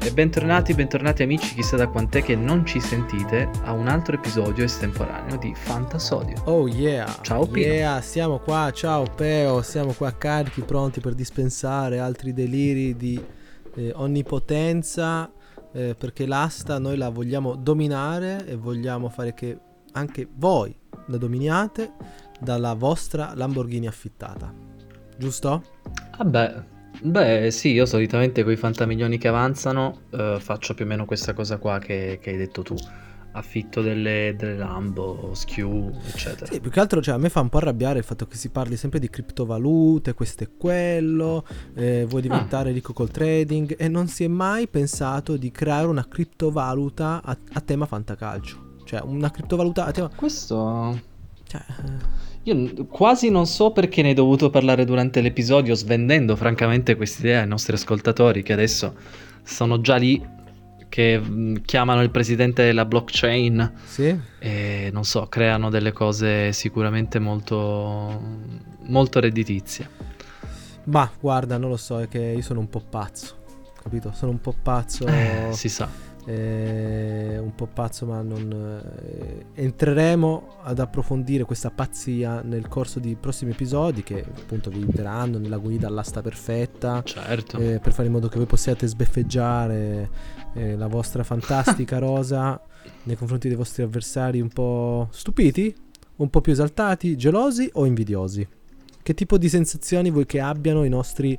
E bentornati amici, chissà da quant'è che non ci sentite, a un altro episodio estemporaneo di Fantasodio. Oh yeah! Ciao Pino. Yeah, siamo qua, ciao Peo, siamo qua carichi, pronti per dispensare altri deliri di onnipotenza, perché l'asta noi la vogliamo dominare e vogliamo fare che anche voi la dominiate dalla vostra Lamborghini affittata, giusto? Beh, sì, io solitamente con i fantamilioni che avanzano faccio più o meno questa cosa qua che hai detto tu. Affitto delle Lambo, skew, eccetera. Sì, più che altro, cioè, a me fa un po' arrabbiare il fatto che si parli sempre di criptovalute, questo e quello, vuoi diventare ricco col trading, e non si è mai pensato di creare una criptovaluta a tema fantacalcio. Cioè, una criptovaluta a tema... Questo... Cioè, Io quasi non so perché ne hai dovuto parlare durante l'episodio, svendendo francamente quest'idea ai nostri ascoltatori, che adesso sono già lì, che chiamano il presidente della blockchain sì? e non so, creano delle cose sicuramente molto, molto redditizie. Ma guarda, non lo so, è che io sono un po' pazzo, capito? Sono un po' pazzo... Si sa. un po' pazzo, ma non entreremo ad approfondire questa pazzia nel corso di prossimi episodi che appunto vi aiuteranno nella guida all'asta perfetta, Certo. per fare in modo che voi possiate sbeffeggiare la vostra fantastica rosa nei confronti dei vostri avversari un po' stupiti, un po' più esaltati, gelosi o invidiosi. Che tipo di sensazioni vuoi che abbiano i nostri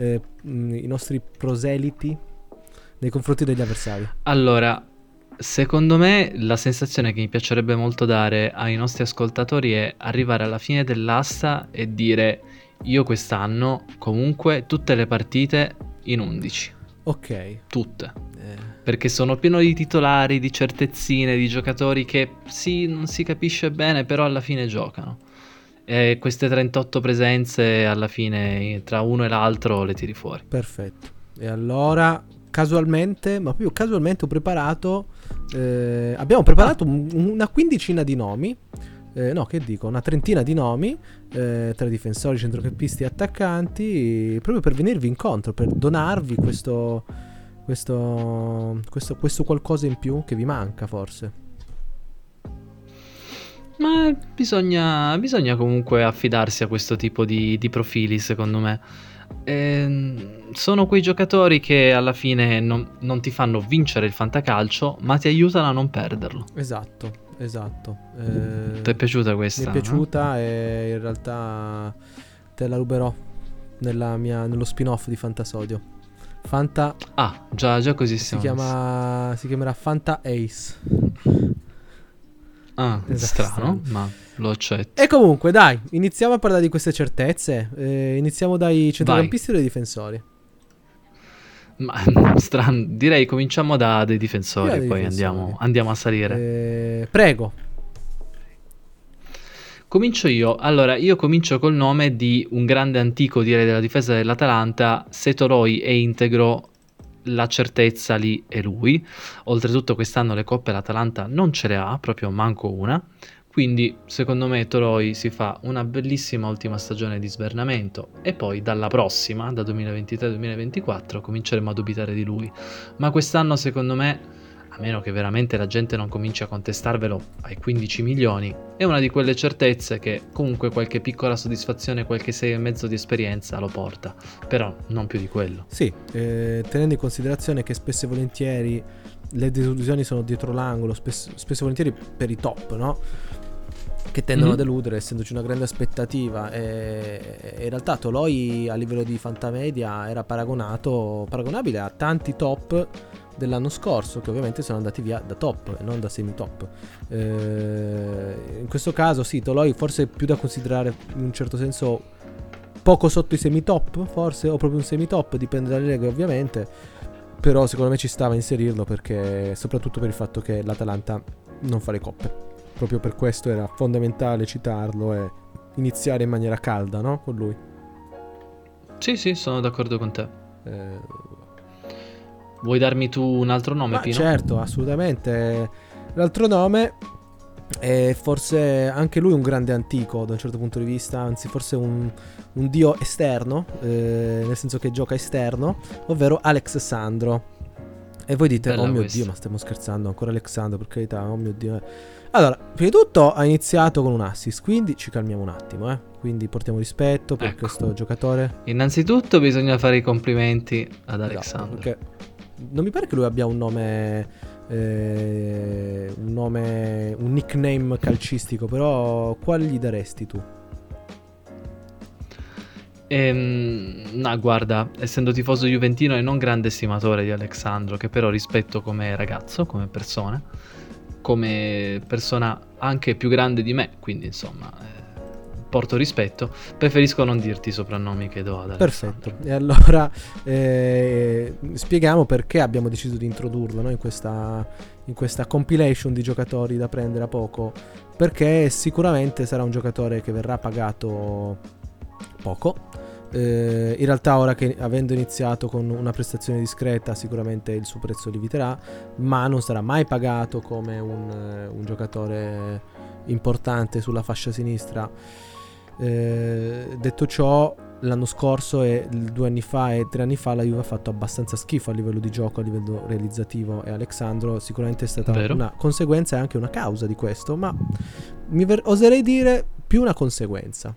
proseliti nei confronti degli avversari? Allora, secondo me la sensazione che mi piacerebbe molto dare ai nostri ascoltatori è arrivare alla fine dell'asta e dire: io quest'anno comunque tutte le partite in 11. Ok. Tutte. Perché sono pieno di titolari, di certezzine, di giocatori che sì, non si capisce bene, però alla fine giocano. E queste 38 presenze alla fine tra uno e l'altro le tiri fuori. Perfetto. E allora casualmente, ma proprio casualmente ho preparato abbiamo preparato una quindicina di nomi, no, che dico, una trentina di nomi, tra difensori, centrocampisti e attaccanti, proprio per venirvi incontro, per donarvi questo qualcosa in più che vi manca forse. Ma bisogna comunque affidarsi a questo tipo di profili, secondo me. Sono quei giocatori che alla fine non ti fanno vincere il fantacalcio, ma ti aiutano a non perderlo. Esatto. Ti è piaciuta questa? Mi è piaciuta, e in realtà te la ruberò nello spin-off di Fantasodio. Già così si siamo. si chiamerà Fanta Ace. Strano, ma lo accetto. E comunque, dai, iniziamo a parlare di queste certezze. Iniziamo dai centrocampisti o dai difensori? Ma strano, direi cominciamo dei difensori, poi andiamo a salire. Prego. Comincio io. Allora, io comincio col nome di un grande antico, direi, della difesa dell'Atalanta. Se Toloi è integro, la certezza lì è lui. Oltretutto quest'anno le coppe l'Atalanta non ce le ha, proprio manco una. Quindi secondo me Toloi si fa una bellissima ultima stagione di svernamento e poi dalla prossima, da 2023-2024, cominceremo a dubitare di lui. Ma quest'anno secondo me, a meno che veramente la gente non cominci a contestarvelo ai 15 milioni, è una di quelle certezze che comunque qualche piccola soddisfazione, qualche 6,5 di esperienza lo porta, però non più di quello. Sì, tenendo in considerazione che spesso e volentieri le delusioni sono dietro l'angolo, spesso e volentieri per i top, no? Che tendono a deludere, essendoci una grande aspettativa, e in realtà Toloi a livello di fantamedia era paragonabile a tanti top dell'anno scorso, che ovviamente sono andati via da top e non da semi-top. In questo caso sì, Toloi forse è più da considerare in un certo senso poco sotto i semi-top, forse, o proprio un semi-top, dipende dalle leghe ovviamente, però secondo me ci stava a inserirlo, perché soprattutto per il fatto che l'Atalanta non fa le coppe. Proprio per questo era fondamentale citarlo e iniziare in maniera calda, no? Con lui. Sì, sono d'accordo con te. Vuoi darmi tu un altro nome, Pino? Certo, assolutamente. L'altro nome è forse anche lui un grande antico da un certo punto di vista, anzi forse un dio esterno, nel senso che gioca esterno, ovvero Alex Sandro. E voi dite, Bella oh mio questa. Dio, ma stiamo scherzando, ancora Alexandro, per carità, oh mio Dio. Allora, prima di tutto ha iniziato con un assist, quindi ci calmiamo un attimo, quindi portiamo rispetto per Ecco. questo giocatore. Innanzitutto bisogna fare i complimenti ad Esatto, Alexandro. perché non mi pare che lui abbia un nickname calcistico, però quale gli daresti tu? No, guarda, essendo tifoso juventino e non grande stimatore di Alexandro, che però rispetto come ragazzo, come persona anche più grande di me, quindi insomma porto rispetto, preferisco non dirti i soprannomi che do ad Alexandro. Perfetto, e allora spieghiamo perché abbiamo deciso di introdurlo, no, in questa compilation di giocatori da prendere a poco, perché sicuramente sarà un giocatore che verrà pagato poco. In realtà ora che avendo iniziato con una prestazione discreta sicuramente il suo prezzo lieviterà, ma non sarà mai pagato come un giocatore importante sulla fascia sinistra. Detto ciò, l'anno scorso e 2 anni fa e 3 anni fa la Juve ha fatto abbastanza schifo a livello di gioco, a livello realizzativo, e Alexandro sicuramente è stata una conseguenza e anche una causa di questo, ma oserei dire più una conseguenza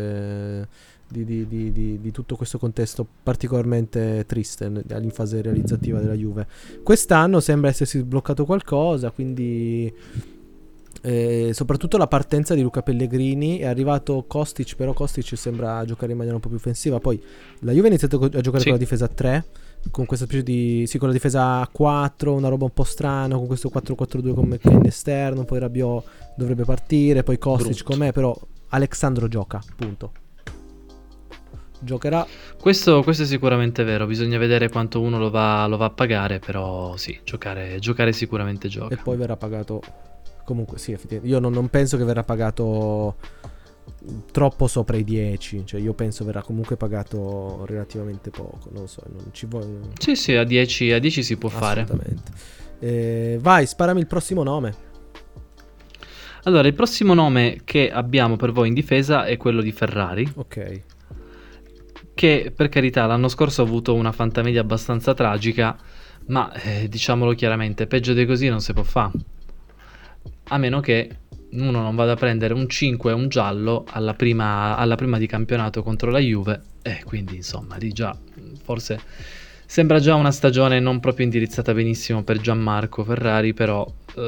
di tutto questo contesto particolarmente triste in fase realizzativa della Juve. Quest'anno sembra essersi sbloccato qualcosa, quindi soprattutto la partenza di Luca Pellegrini. È arrivato Kostic, però Kostic sembra giocare in maniera un po' più offensiva. Poi la Juve ha iniziato a giocare con la difesa a 3, con questa specie di con la difesa a 4, una roba un po' strana, con questo 4-4-2 con McKennie esterno, poi Rabiot dovrebbe partire, poi Kostic con me, però Alexandro gioca, punto. Giocherà. Questo è sicuramente vero, bisogna vedere quanto uno lo va a pagare, però sì, giocare sicuramente gioca. E poi verrà pagato comunque, sì, effettivamente. Io non penso che verrà pagato troppo sopra i 10, cioè io penso verrà comunque pagato relativamente poco, non so, non ci voglio. Sì, a 10 si può fare. Assolutamente. Vai, sparami il prossimo nome. Allora, il prossimo nome che abbiamo per voi in difesa è quello di Ferrari. Ok. Che per carità l'anno scorso ha avuto una fantamedia abbastanza tragica, ma diciamolo chiaramente, peggio di così non si può fare. A meno che uno non vada a prendere un 5 e un giallo alla prima di campionato contro la Juve, quindi insomma lì già forse sembra già una stagione non proprio indirizzata benissimo per Gianmarco Ferrari, però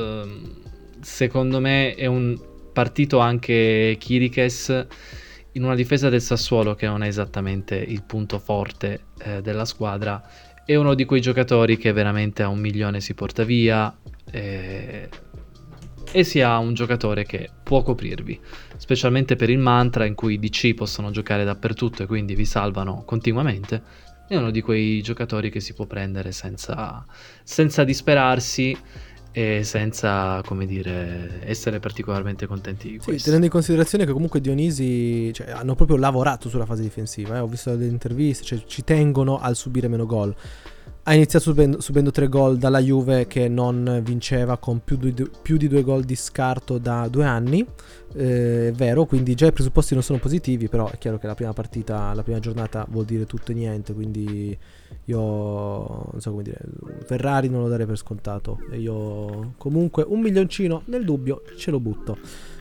secondo me è un partito anche Chiriches in una difesa del Sassuolo che non è esattamente il punto forte della squadra. È uno di quei giocatori che veramente a 1 milione si porta via e sia un giocatore che può coprirvi, specialmente per il mantra in cui i DC possono giocare dappertutto e quindi vi salvano continuamente. È uno di quei giocatori che si può prendere senza disperarsi e senza, come dire, essere particolarmente contenti di questo. Sì, tenendo in considerazione che comunque Dionisi, cioè, hanno proprio lavorato sulla fase difensiva, ho visto delle interviste, cioè, ci tengono al subire meno gol. Ha iniziato subendo 3 gol dalla Juve che non vinceva con più di 2 gol di scarto da 2 anni, è vero, quindi già i presupposti non sono positivi, però è chiaro che la prima partita, la prima giornata vuol dire tutto e niente, quindi io non so come dire, Ferrari non lo darei per scontato e io comunque 1 milioncino nel dubbio ce lo butto.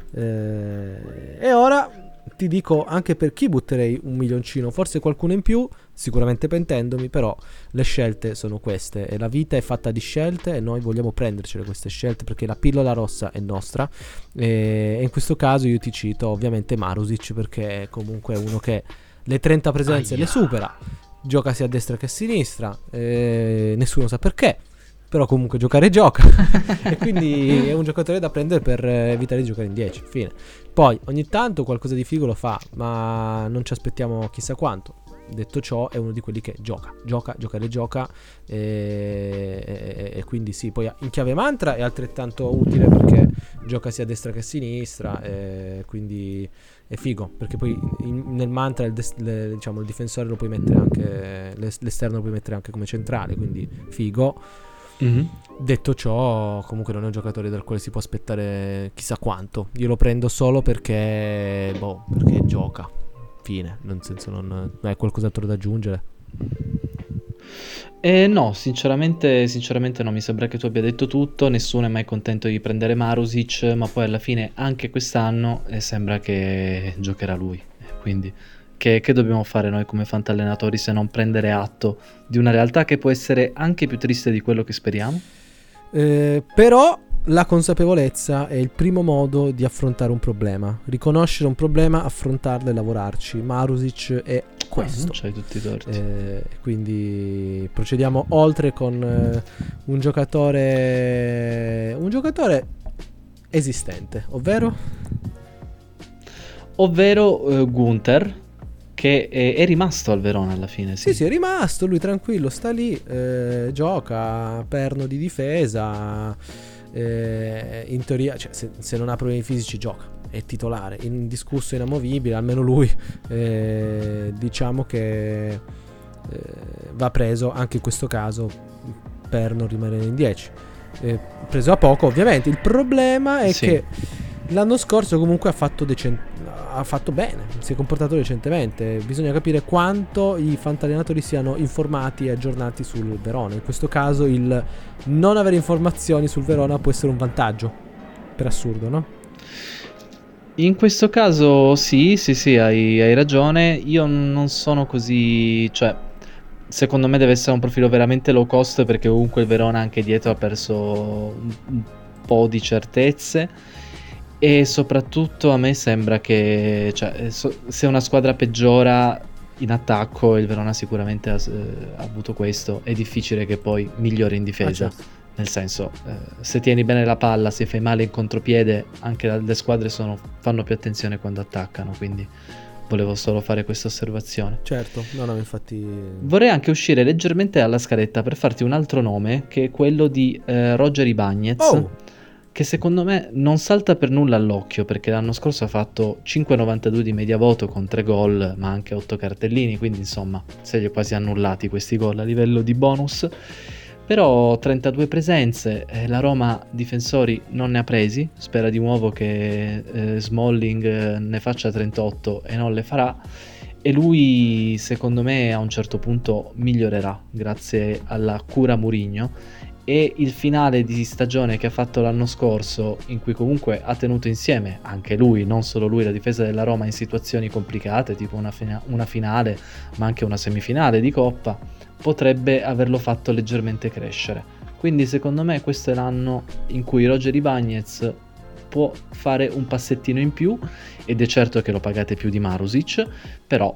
E ora ti dico anche per chi butterei 1 milioncino, forse qualcuno in più, sicuramente pentendomi, però le scelte sono queste e la vita è fatta di scelte e noi vogliamo prendercele queste scelte perché la pillola rossa è nostra, e in questo caso io ti cito ovviamente Marusic, perché comunque è uno che le 30 presenze le supera, gioca sia a destra che a sinistra, nessuno sa perché, però comunque giocare gioca e quindi è un giocatore da prendere per evitare di giocare in 10, fine. Poi ogni tanto qualcosa di figo lo fa, ma non ci aspettiamo chissà quanto. Detto ciò, è uno di quelli che gioca e quindi sì, poi in chiave mantra è altrettanto utile perché gioca sia a destra che a sinistra, quindi è figo, perché poi nel mantra diciamo, il difensore lo puoi mettere anche, l'esterno lo puoi mettere anche come centrale, quindi figo. Mm-hmm. Detto ciò, comunque non è un giocatore dal quale si può aspettare chissà quanto. Io lo prendo solo perché gioca, fine, nel senso non hai qualcos'altro da aggiungere. No, sinceramente no, mi sembra che tu abbia detto tutto, nessuno è mai contento di prendere Marusic, ma poi alla fine anche quest'anno sembra che giocherà lui. Quindi che dobbiamo fare noi come fantallenatori se non prendere atto di una realtà che può essere anche più triste di quello che speriamo? Però la consapevolezza è il primo modo di affrontare un problema. Riconoscere un problema, affrontarlo e lavorarci. Marusic è questo. Non c'hai tutti i torti. Quindi procediamo oltre con un giocatore esistente, Ovvero Gunther, che è rimasto al Verona alla fine, sì. Sì, è rimasto, lui tranquillo, sta lì, gioca, perno di difesa, in teoria, cioè, se non ha problemi fisici gioca, è titolare, indiscusso, inamovibile, almeno lui, diciamo che va preso anche in questo caso per non rimanere in 10. Preso a poco, ovviamente. Il problema è che l'anno scorso comunque ha fatto bene, si è comportato decentemente. Bisogna capire quanto i fantallenatori siano informati e aggiornati sul Verona. In questo caso il non avere informazioni sul Verona può essere un vantaggio, per assurdo, no? In questo caso sì, hai ragione. Io non sono così, cioè, secondo me deve essere un profilo veramente low cost, perché comunque il Verona anche dietro ha perso un po' di certezze. E soprattutto a me sembra che, cioè, se una squadra peggiora in attacco, il Verona sicuramente ha avuto questo, è difficile che poi migliori in difesa. Certo. Nel senso, se tieni bene la palla, se fai male in contropiede, anche le squadre fanno più attenzione quando attaccano, quindi volevo solo fare questa osservazione. Certo, no, infatti. Vorrei anche uscire leggermente dalla scaletta per farti un altro nome, che è quello di Roger Ibañez, che secondo me non salta per nulla all'occhio, perché l'anno scorso ha fatto 5,92 di media voto con 3 gol, ma anche 8 cartellini, quindi insomma se li ho quasi annullati questi gol a livello di bonus. Però 32 presenze, la Roma difensori non ne ha presi, spera di nuovo che Smalling ne faccia 38 e non le farà, e lui secondo me a un certo punto migliorerà grazie alla cura Mourinho. E il finale di stagione che ha fatto l'anno scorso, in cui comunque ha tenuto insieme anche lui, non solo lui, la difesa della Roma in situazioni complicate, tipo una finale ma anche una semifinale di Coppa, potrebbe averlo fatto leggermente crescere. Quindi secondo me questo è l'anno in cui Roger Ibañez può fare un passettino in più, ed è certo che lo pagate più di Marusic, però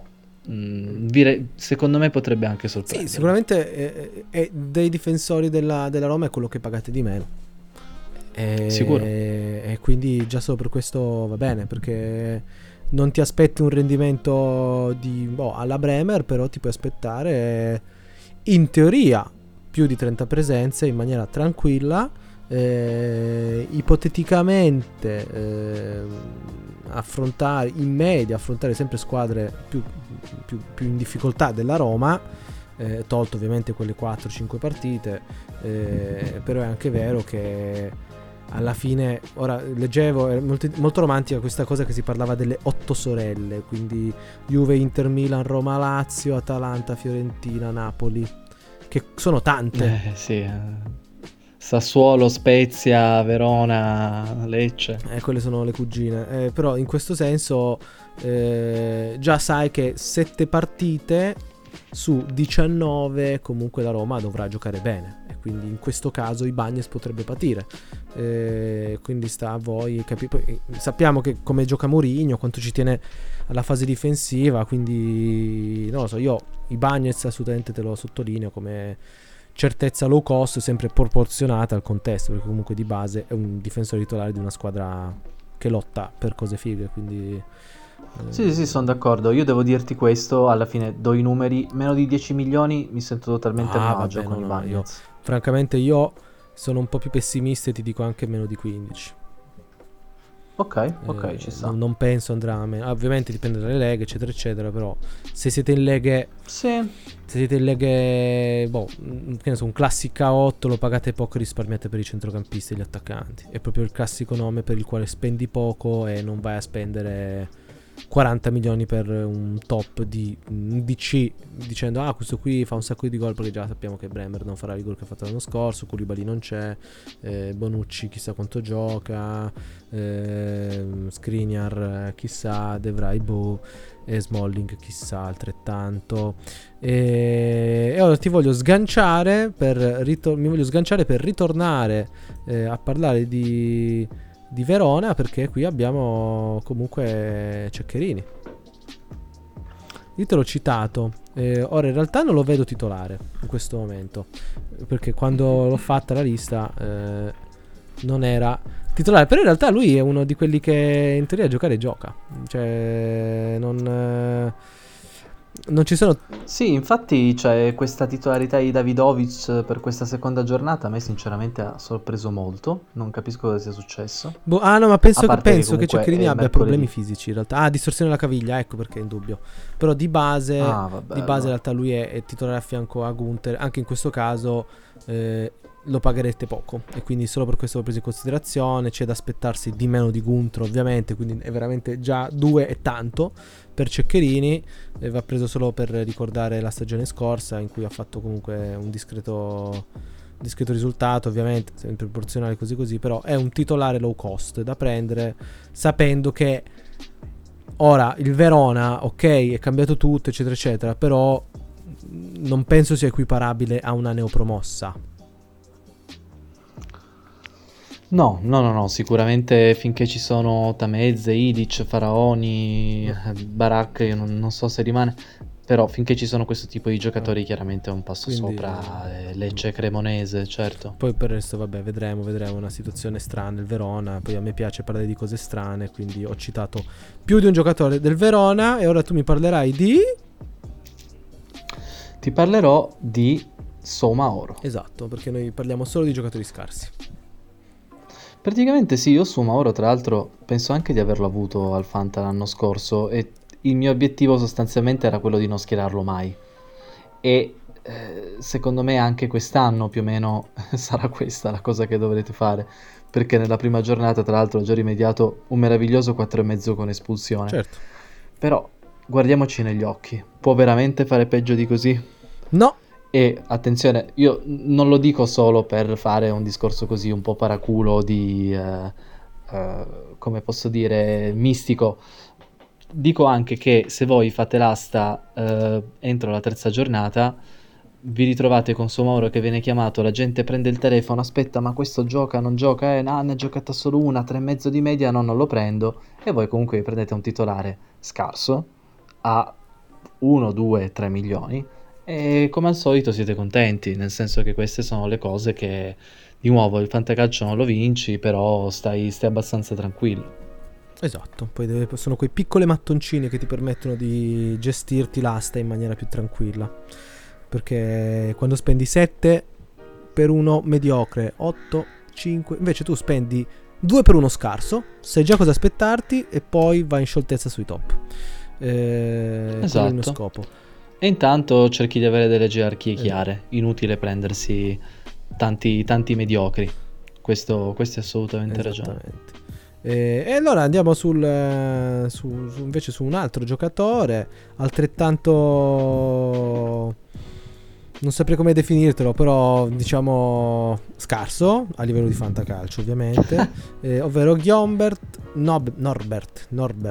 secondo me potrebbe anche sorprendere. Sì, sicuramente è dei difensori della Roma è quello che pagate di meno. Sicuro. E quindi già solo per questo va bene, perché non ti aspetti un rendimento alla Bremer, però ti puoi aspettare in teoria più di 30 presenze in maniera tranquilla, ipoteticamente affrontare sempre squadre più in difficoltà della Roma, tolto ovviamente quelle 4-5 partite, però è anche vero che alla fine, ora leggevo, è molto romantica questa cosa che si parlava delle 8 sorelle, quindi Juve, Inter, Milan, Roma, Lazio, Atalanta, Fiorentina, Napoli, che sono tante. Sassuolo, Spezia, Verona, Lecce. Quelle sono le cugine. Però in questo senso già sai che 7 partite su 19 comunque la Roma dovrà giocare bene. E quindi in questo caso Ibañez potrebbe patire. Quindi sta a voi capire. Sappiamo che come gioca Mourinho, quanto ci tiene alla fase difensiva. Quindi non lo so, io Ibañez assolutamente te lo sottolineo come certezza low cost, sempre proporzionata al contesto, perché comunque di base è un difensore titolare di una squadra che lotta per cose fighe, quindi sì, sono d'accordo. Io devo dirti questo, alla fine do i numeri, meno di 10 milioni mi sento totalmente a mio agio con Ibañez. Francamente io sono un po' più pessimista e ti dico anche meno di 15. Ok, ci sta. Non penso andrà a meno. Ovviamente dipende dalle leghe, eccetera, eccetera. Però se siete in leghe, che ne so, un classica 8 lo pagate poco e risparmiate per i centrocampisti e gli attaccanti. È proprio il classico nome per il quale spendi poco e non vai a spendere 40 milioni per un top di un DC, dicendo questo qui fa un sacco di gol, perché già sappiamo che Bremer non farà i gol che ha fatto l'anno scorso, Koulibaly non c'è, Bonucci chissà quanto gioca, Skriniar chissà, De Vrij e Smalling chissà altrettanto. E ora ti voglio sganciare mi voglio sganciare per ritornare a parlare di Verona, perché qui abbiamo comunque Ceccherini. Io te l'ho citato, ora in realtà non lo vedo titolare in questo momento, perché quando l'ho fatta la lista non era titolare, però in realtà lui è uno di quelli che in teoria giocare gioca, cioè non ci sono. Sì, infatti c'è questa titolarità di Davidovic per questa seconda giornata, a me sinceramente ha sorpreso molto, non capisco cosa sia successo. No, ma penso A parte che che comunque Ceccherini è abbia mercoledì. problemi fisici in realtà. Distorsione alla caviglia, ecco perché è in dubbio. Però di base, Vabbè, in allora. realtà lui è titolare a fianco a Gunther. Anche in questo caso lo pagherete poco, e quindi solo per questo l'ho preso in considerazione. C'è da aspettarsi di meno di Gunther ovviamente, quindi è veramente già 2 è tanto per Ceccherini. Va preso solo per ricordare la stagione scorsa, in cui ha fatto comunque un discreto risultato, ovviamente sempre proporzionale così, però è un titolare low cost da prendere, sapendo che ora il Verona, ok, è cambiato tutto eccetera eccetera, però non penso sia equiparabile a una neopromossa. No, sicuramente finché ci sono Tameze, Ilic, Faraoni, Barak, io non so se rimane, però finché ci sono questo tipo di giocatori chiaramente è un passo Quindi, sopra Lecce Cremonese, certo. Poi per il resto vabbè, vedremo una situazione strana il Verona. Poi a me piace parlare di cose strane, quindi ho citato più di un giocatore del Verona, e ora tu mi parlerai di... Ti parlerò di Soumahoro. Esatto, perché noi parliamo solo di giocatori scarsi. Praticamente sì, io Soumahoro tra l'altro penso anche di averlo avuto al Fanta l'anno scorso e il mio obiettivo sostanzialmente era quello di non schierarlo mai. E secondo me anche quest'anno più o meno sarà questa la cosa che dovrete fare, perché nella prima giornata tra l'altro ho già rimediato un meraviglioso 4,5 con espulsione. Certo. Però guardiamoci negli occhi, può veramente fare peggio di così? No. E attenzione, io non lo dico solo per fare un discorso così un po' paraculo di, come posso dire, mistico. Dico anche che se voi fate l'asta entro la terza giornata, vi ritrovate con Soumahoro che viene chiamato, la gente prende il telefono, aspetta ma questo gioca, non gioca, ne ha giocata solo una, 3,5 di media, no non lo prendo, e voi comunque vi prendete un titolare scarso a 1, 2, 3 milioni e come al solito siete contenti, nel senso che queste sono le cose che, di nuovo, il fantacalcio non lo vinci, però stai abbastanza tranquillo. Esatto, poi sono quei piccoli mattoncini che ti permettono di gestirti l'asta in maniera più tranquilla. Perché quando spendi 7 per uno mediocre, 8, 5, invece tu spendi 2 per uno scarso, sai già cosa aspettarti e poi vai in scioltezza sui top. Esatto. Quello è il mio scopo. E intanto cerchi di avere delle gerarchie chiare, inutile prendersi tanti mediocri. Questo è assolutamente ragione. E allora andiamo invece su un altro giocatore altrettanto, non saprei come definirtelo, però diciamo scarso a livello di fantacalcio ovviamente, ovvero Gyombert Norbert.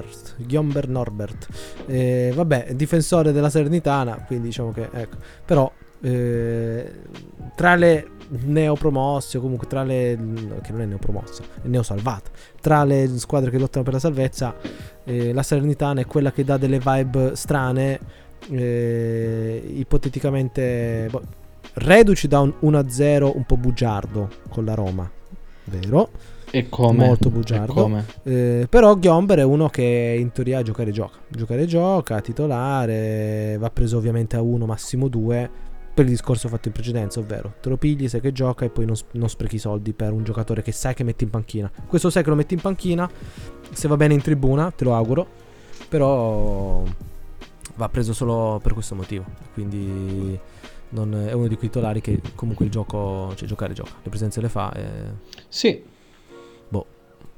Vabbè, difensore della Salernitana, quindi diciamo che ecco, però tra le neopromosse, o comunque tra le, che non è neopromossa, è neosalvata, tra le squadre che lottano per la salvezza, la Salernitana è quella che dà delle vibe strane, ipoteticamente reduci da un 1-0 un po' bugiardo con la Roma, vero? E come? Molto bugiardo. Però Ghiomber è uno che in teoria giocare gioca, titolare, va preso ovviamente a 1 massimo 2 per il discorso fatto in precedenza, ovvero te lo pigli, sai che gioca e poi non sprechi soldi per un giocatore che sai che metti in panchina. Questo sai che lo metti in panchina, se va bene in tribuna, te lo auguro, però va preso solo per questo motivo, quindi non è uno di quei titolari che comunque il gioco, cioè giocare gioca, le presenze le fa Sì.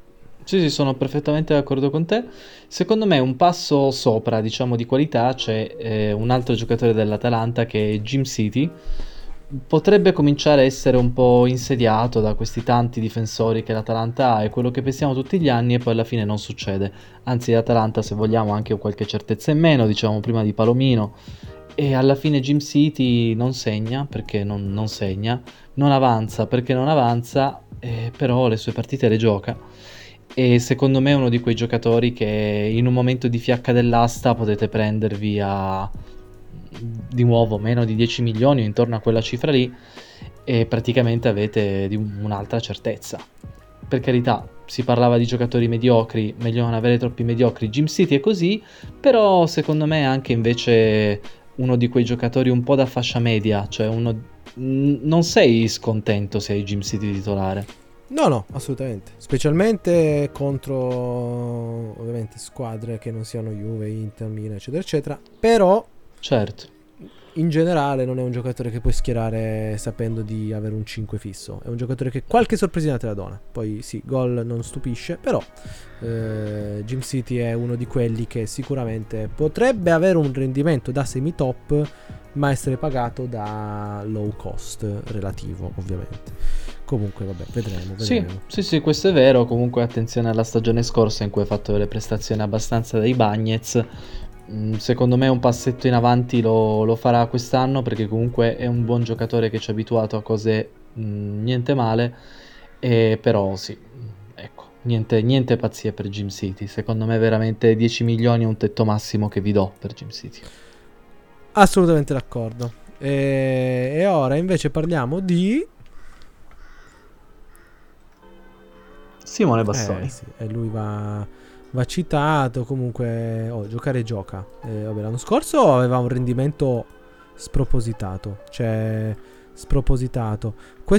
Sì, sì, sono perfettamente d'accordo con te. Secondo me un passo sopra, diciamo, di qualità c'è un altro giocatore dell'Atalanta che è Jim City. Potrebbe cominciare a essere un po' insediato da questi tanti difensori che l'Atalanta ha, è quello che pensiamo tutti gli anni e poi alla fine non succede. Anzi, l'Atalanta, se vogliamo, ha anche qualche certezza in meno, diciamo prima di Palomino. E alla fine Jim City non segna perché non segna, non avanza perché non avanza, però le sue partite le gioca. E secondo me è uno di quei giocatori che in un momento di fiacca dell'asta potete prendervi a di nuovo meno di 10 milioni o intorno a quella cifra lì e praticamente avete un'altra certezza. Per carità, si parlava di giocatori mediocri, meglio non avere troppi mediocri. Jim City è così, però secondo me è anche invece uno di quei giocatori un po' da fascia media, cioè non sei scontento se hai Jim City titolare. No, no, assolutamente. Specialmente contro ovviamente squadre che non siano Juve, Inter, Milan, eccetera, eccetera. Però Certo. in generale non è un giocatore che puoi schierare sapendo di avere un 5 fisso. È un giocatore che qualche sorpresina te la dona. Poi sì, gol non stupisce, però Jim City è uno di quelli che sicuramente potrebbe avere un rendimento da semi-top, ma essere pagato da low cost relativo, ovviamente. Comunque vabbè, vedremo. Sì, questo è vero. Comunque attenzione alla stagione scorsa in cui ha fatto delle prestazioni abbastanza dei Bagnets. Secondo me un passetto in avanti lo farà quest'anno perché comunque è un buon giocatore che ci ha abituato a cose niente male, però sì, ecco, niente pazzie per Jim City. Secondo me veramente 10 milioni è un tetto massimo che vi do per Jim City. Assolutamente d'accordo. E ora invece parliamo di Simone Bastoni. sì, e lui va citato. Comunque giocare gioca. Vabbè, l'anno scorso aveva un rendimento spropositato, cioè spropositato.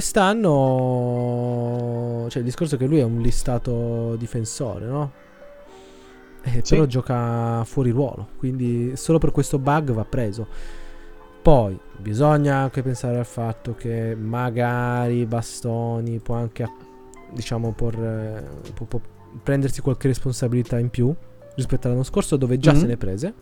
Quest'anno, cioè il discorso è che lui è un listato difensore, no? Sì. Però gioca fuori ruolo, quindi solo per questo bug va preso. Poi bisogna anche pensare al fatto che magari Bastoni può anche, diciamo, può prendersi qualche responsabilità in più rispetto all'anno scorso, dove già se ne prese,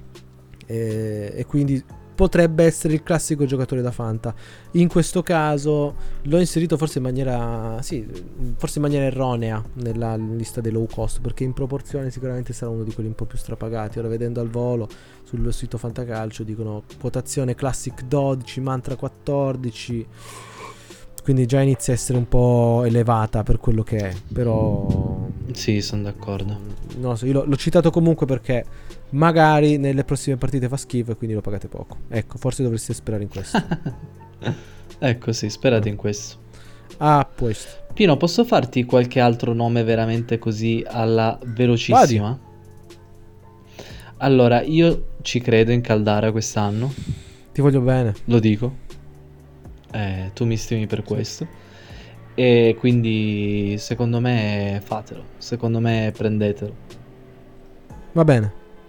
e quindi potrebbe essere il classico giocatore da Fanta. In questo caso l'ho inserito forse in maniera erronea nella lista dei low cost, perché in proporzione sicuramente sarà uno di quelli un po' più strapagati. Ora, vedendo al volo sul sito Fantacalcio, dicono quotazione Classic 12, Mantra 14, quindi già inizia a essere un po' elevata per quello che è. Però sì, sono d'accordo. Non lo so, io l'ho citato comunque perché magari nelle prossime partite fa schifo e quindi lo pagate poco. Ecco, forse dovreste sperare in questo. Ecco, sì, sperate in questo. Questo. Pino, posso farti qualche altro nome veramente così alla velocissima? Vadi. Allora, io ci credo in Caldara quest'anno. Ti voglio bene. Lo dico. Tu mi stimi per questo. E quindi secondo me fatelo. Secondo me prendetelo. Va bene.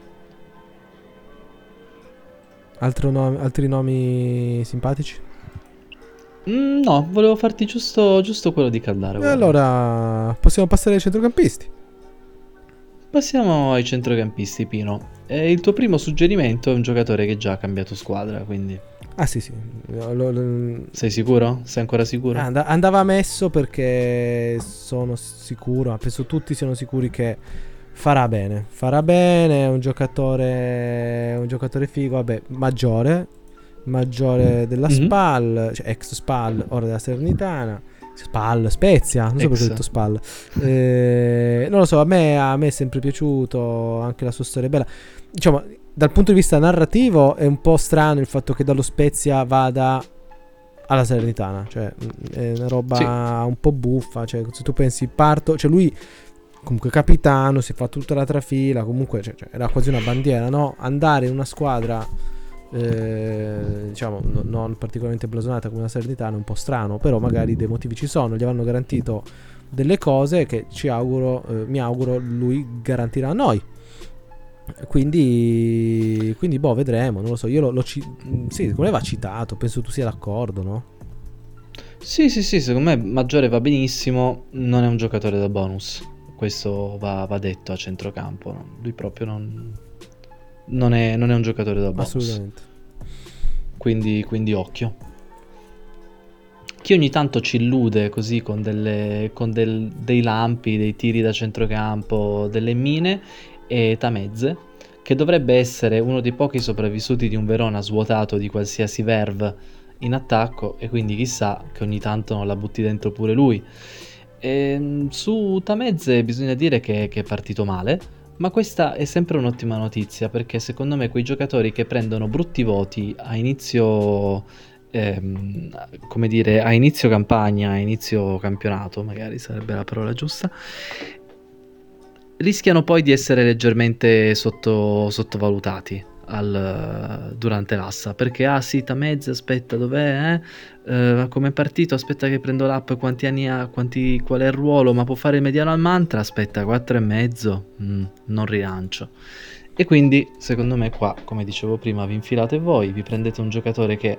Altri nomi simpatici? No, volevo farti giusto quello di Caldara. E allora possiamo passare ai centrocampisti. Passiamo ai centrocampisti, Pino. Il tuo primo suggerimento è un giocatore che già ha cambiato squadra, quindi... Sì. Sei sicuro? Sei ancora sicuro? Andava messo perché sono sicuro, penso tutti siano sicuri che farà bene, è un giocatore figo, vabbè, maggiore della SPAL, cioè ex SPAL, ora della Salernitana. Spezia, non so perché ho detto SPAL. Non lo so, a me è sempre piaciuto, anche la sua storia è bella. Diciamo, dal punto di vista narrativo è un po' strano il fatto che dallo Spezia vada alla Salernitana, cioè è una roba un po' buffa, cioè se tu pensi cioè lui comunque capitano, si fa tutta la trafila, comunque cioè, era quasi una bandiera, no? Andare in una squadra diciamo non particolarmente blasonata come la Salernitana è un po' strano, però magari dei motivi ci sono, gli avranno garantito delle cose che mi auguro lui garantirà a noi. Quindi vedremo, non lo so, io sì, secondo me va citato, penso tu sia d'accordo, no? Sì, secondo me Maggiore va benissimo, non è un giocatore da bonus. questo va detto a centrocampo. Lui proprio non è un giocatore da bonus. Assolutamente. Quindi occhio. Chi ogni tanto ci illude così con dei lampi, dei tiri da centrocampo, delle mine, è Tameze, che dovrebbe essere uno dei pochi sopravvissuti di un Verona svuotato di qualsiasi verve in attacco, e quindi chissà che ogni tanto non la butti dentro pure lui. Su Tameze bisogna dire che è partito male, ma questa è sempre un'ottima notizia, perché secondo me quei giocatori che prendono brutti voti a inizio come dire, a inizio campagna, a inizio campionato, magari sarebbe la parola giusta, rischiano poi di essere leggermente sottovalutati durante l'assa, perché sì, Tameze, aspetta, dov'è? Come partito, aspetta che prendo l'app, quanti anni ha, qual è il ruolo, ma può fare il mediano al Mantra, aspetta, 4,5, non rilancio. E quindi secondo me qua, come dicevo prima, vi infilate voi, vi prendete un giocatore che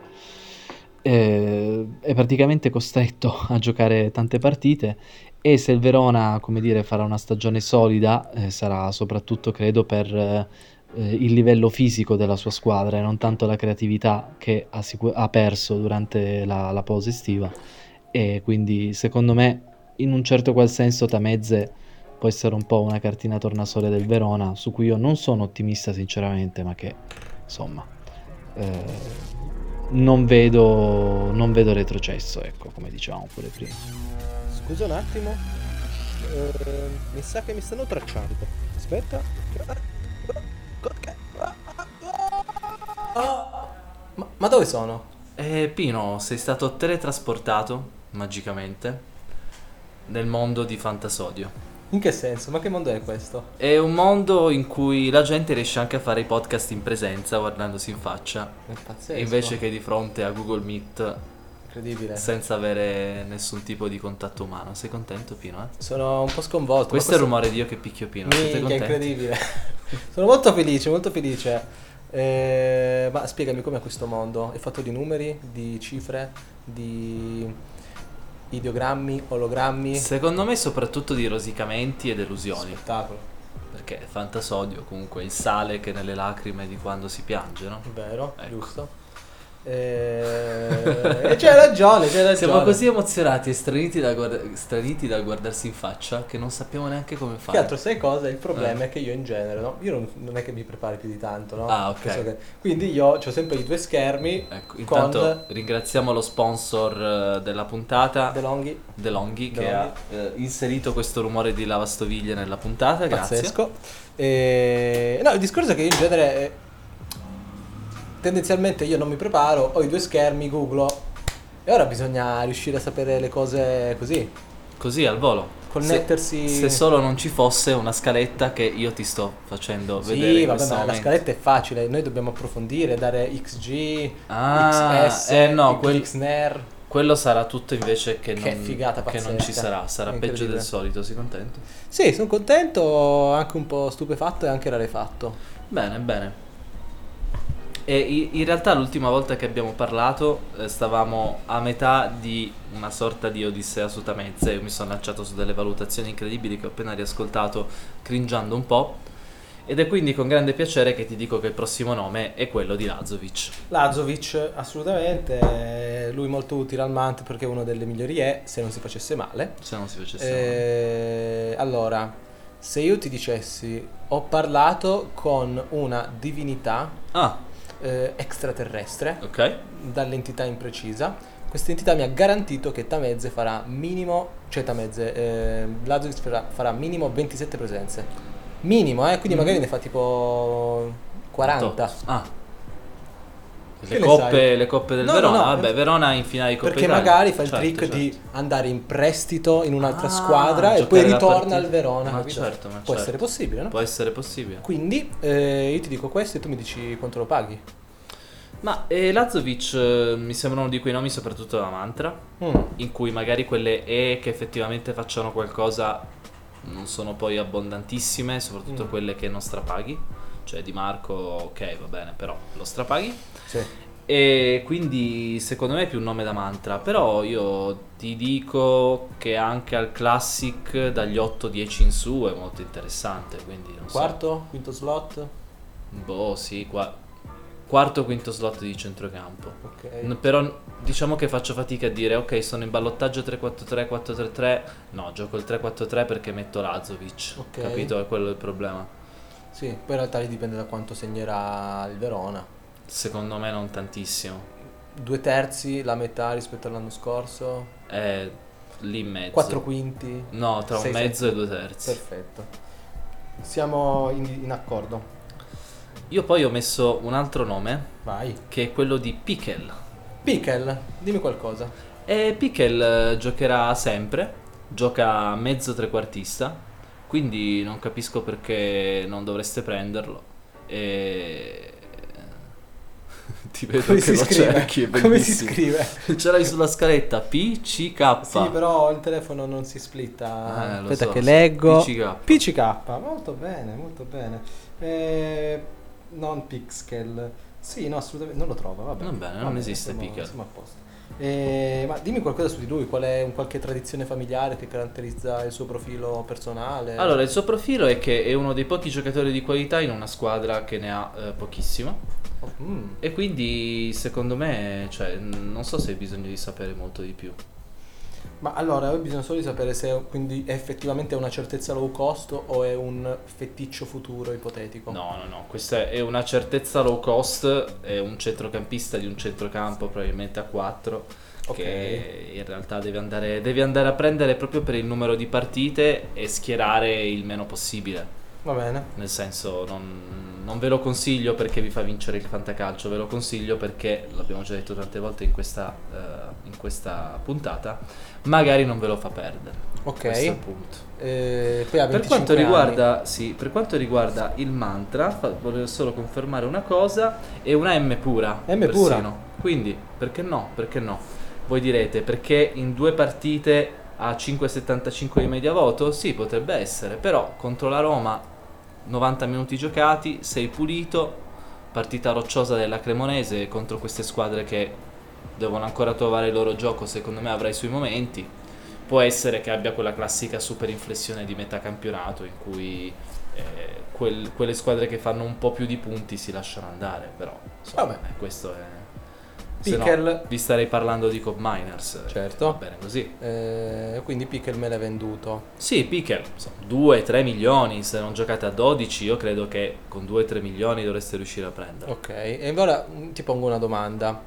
è praticamente costretto a giocare tante partite, e se il Verona, come dire, farà una stagione solida, sarà soprattutto, credo, per il livello fisico della sua squadra e non tanto la creatività che ha perso durante la pausa estiva. E quindi secondo me, in un certo qual senso, Tameze può essere un po' una cartina tornasole del Verona, su cui io non sono ottimista sinceramente, ma che insomma non vedo retrocesso, ecco, come dicevamo pure prima. Scusa un attimo, mi sa che mi stanno tracciando. Aspetta. Ma dove sono? Pino, sei stato teletrasportato magicamente nel mondo di Fantasodio. In che senso? Ma che mondo è questo? È un mondo in cui la gente riesce anche a fare i podcast in presenza, guardandosi in faccia, È pazzesco. invece che di fronte a Google Meet, Incredibile. senza avere nessun tipo di contatto umano. Sei contento, Pino? Sono un po' sconvolto. Questo è il rumore di io che picchio Pino. Siete Minchia, contenti? incredibile. Sono molto felice, molto felice. Ma spiegami com'è questo mondo? È fatto di numeri, di cifre, di ideogrammi, ologrammi? Secondo me soprattutto di rosicamenti e delusioni, Spettacolo. perché Fantasodio comunque è il sale che nelle lacrime di quando si piange, no? Vero, Ecco. giusto. C'hai ragione, c'hai ragione. Siamo così emozionati e straniti dal guardarsi in faccia che non sappiamo neanche come Che fare. altro sai cosa? Il problema è che io in genere, no? Io non è che mi prepari più di tanto, no? Ah, ok. Quindi io ho sempre i due schermi Ecco, intanto con ringraziamo lo sponsor della puntata, DeLonghi. DeLonghi, che DeLonghi. ha inserito questo rumore di lavastoviglie nella puntata. Grazie. Pazzesco. No, il discorso è che io in genere tendenzialmente io non mi preparo, ho i due schermi, googlo, e ora bisogna riuscire a sapere le cose così, Così al volo. connettersi. Se solo non ci fosse una scaletta che io ti sto facendo vedere Sì, in vabbè, questo ma la momento. scaletta è facile, noi dobbiamo approfondire, dare XG, Ah, XS, no, XNER. quello sarà tutto invece che Che non, figata che non ci pazzesca. sarà peggio Incredibile. del solito. Sei contento? Sì, sono contento, anche un po' stupefatto e anche rarefatto. Bene, bene. E in realtà l'ultima volta che abbiamo parlato stavamo a metà di una sorta di odissea su Tameze. Io mi sono lanciato su delle valutazioni incredibili che ho appena riascoltato, cringiando un po', ed è quindi con grande piacere che ti dico che il prossimo nome è quello di Lazovic. Lazovic, assolutamente, lui molto utile al Mant perché è uno delle migliori se non si facesse male. Se non si facesse male. Allora, se io ti dicessi, ho parlato con una divinità Ah, extraterrestre ok. dall'entità imprecisa, questa entità mi ha garantito che Tameze farà minimo, cioè Lazovic farà minimo 27 presenze. Minimo, quindi magari ne fa tipo 40. Ah, Che ne sai? le coppe del No, Verona. no, Vabbè, Verona in finale di Coppa Perché Italia. magari fa il Certo, trick certo. di andare in prestito in un'altra Ah, squadra e giocare poi la ritorna partita. al Verona. Ma capito? certo, ma Può certo. essere possibile, no? Può essere possibile. Quindi io ti dico questo e tu mi dici quanto lo paghi. Ma Lazovic mi sembra uno di quei nomi, soprattutto da mantra, in cui magari quelle che effettivamente facciano qualcosa non sono poi abbondantissime, soprattutto quelle che non strapaghi. Cioè Di Marco, ok, va bene, però lo strapaghi. Sì. E quindi secondo me è più un nome da mantra, però io ti dico che anche al Classic dagli 8-10 in su è molto interessante, quindi non Quarto, quinto slot. so. Boh, sì, quarto o quinto slot di centrocampo. Ok. Però diciamo che faccio fatica a dire ok, sono in ballottaggio 3-4-3, 4-3-3. No, gioco il 3-4-3 perché metto Lazovic. Ok. Capito? È quello il problema. Sì, poi in realtà dipende da quanto segnerà il Verona. Secondo me non tantissimo. 2/3, la metà rispetto all'anno scorso. È lì in mezzo. 4/5. No, tra un 6/7. mezzo e 2/3. Perfetto. Siamo in accordo. Io poi ho messo un altro nome, Vai. che è quello di Piquel. Piquel, dimmi qualcosa. E Piquel giocherà sempre, gioca mezzo trequartista, quindi non capisco perché non dovreste prenderlo. E... Ti vedo Come che si lo scrive? cerchi, è Come si bellissimo. scrive? C'era sulla scaletta PCK. Sì, però il telefono non si splitta. Lo Aspetta so, che sì. leggo. PCK. PCK, molto bene, molto bene. Non Pixel. Sì, no, assolutamente non lo trovo, vabbè. Va bene, non Vabbè, esiste siamo- Piquel. siamo a posto. Ma dimmi qualcosa su di lui, qual è qualche tradizione familiare che caratterizza il suo profilo personale? Allora, il suo profilo è che è uno dei pochi giocatori di qualità in una squadra che ne ha pochissimo. E quindi secondo me, cioè, non so se hai bisogno di sapere molto di più. Ma allora, ho bisogno solo di sapere se quindi è effettivamente una certezza low cost o è un feticcio futuro ipotetico. No, questa è una certezza low cost, è un centrocampista di un centrocampo probabilmente a 4 Ok. che in realtà devi andare a prendere proprio per il numero di partite e schierare il meno possibile. Va bene. Nel senso, non ve lo consiglio perché vi fa vincere il fantacalcio, ve lo consiglio perché, l'abbiamo già detto tante volte in questa puntata, magari non ve lo fa perdere. Ok. Questo è il punto. Poi ha 25 Per quanto anni. riguarda, sì, per quanto riguarda il mantra, volevo solo confermare una cosa, è una M pura. M pura. persino. Quindi, perché no? Perché no? Voi direte, perché in 2 partite ha 5,75 di media voto? Sì, potrebbe essere, però contro la Roma 90 minuti giocati, sei pulito, partita rocciosa della Cremonese contro queste squadre che devono ancora trovare il loro gioco, secondo me avrà i suoi momenti. Può essere che abbia quella classica super inflessione di metà campionato in cui quelle squadre che fanno un po' più di punti si lasciano andare, però insomma, Vabbè. Questo è... Se Piquel. no, vi starei parlando di Cop Miners. Certo. Va bene così. Quindi Piquel me l'hai venduto. Sì, Piquel, 2-3 milioni, se non giocate a 12, io credo che con 2-3 milioni dovreste riuscire a prendere. Ok. E ora ti pongo una domanda.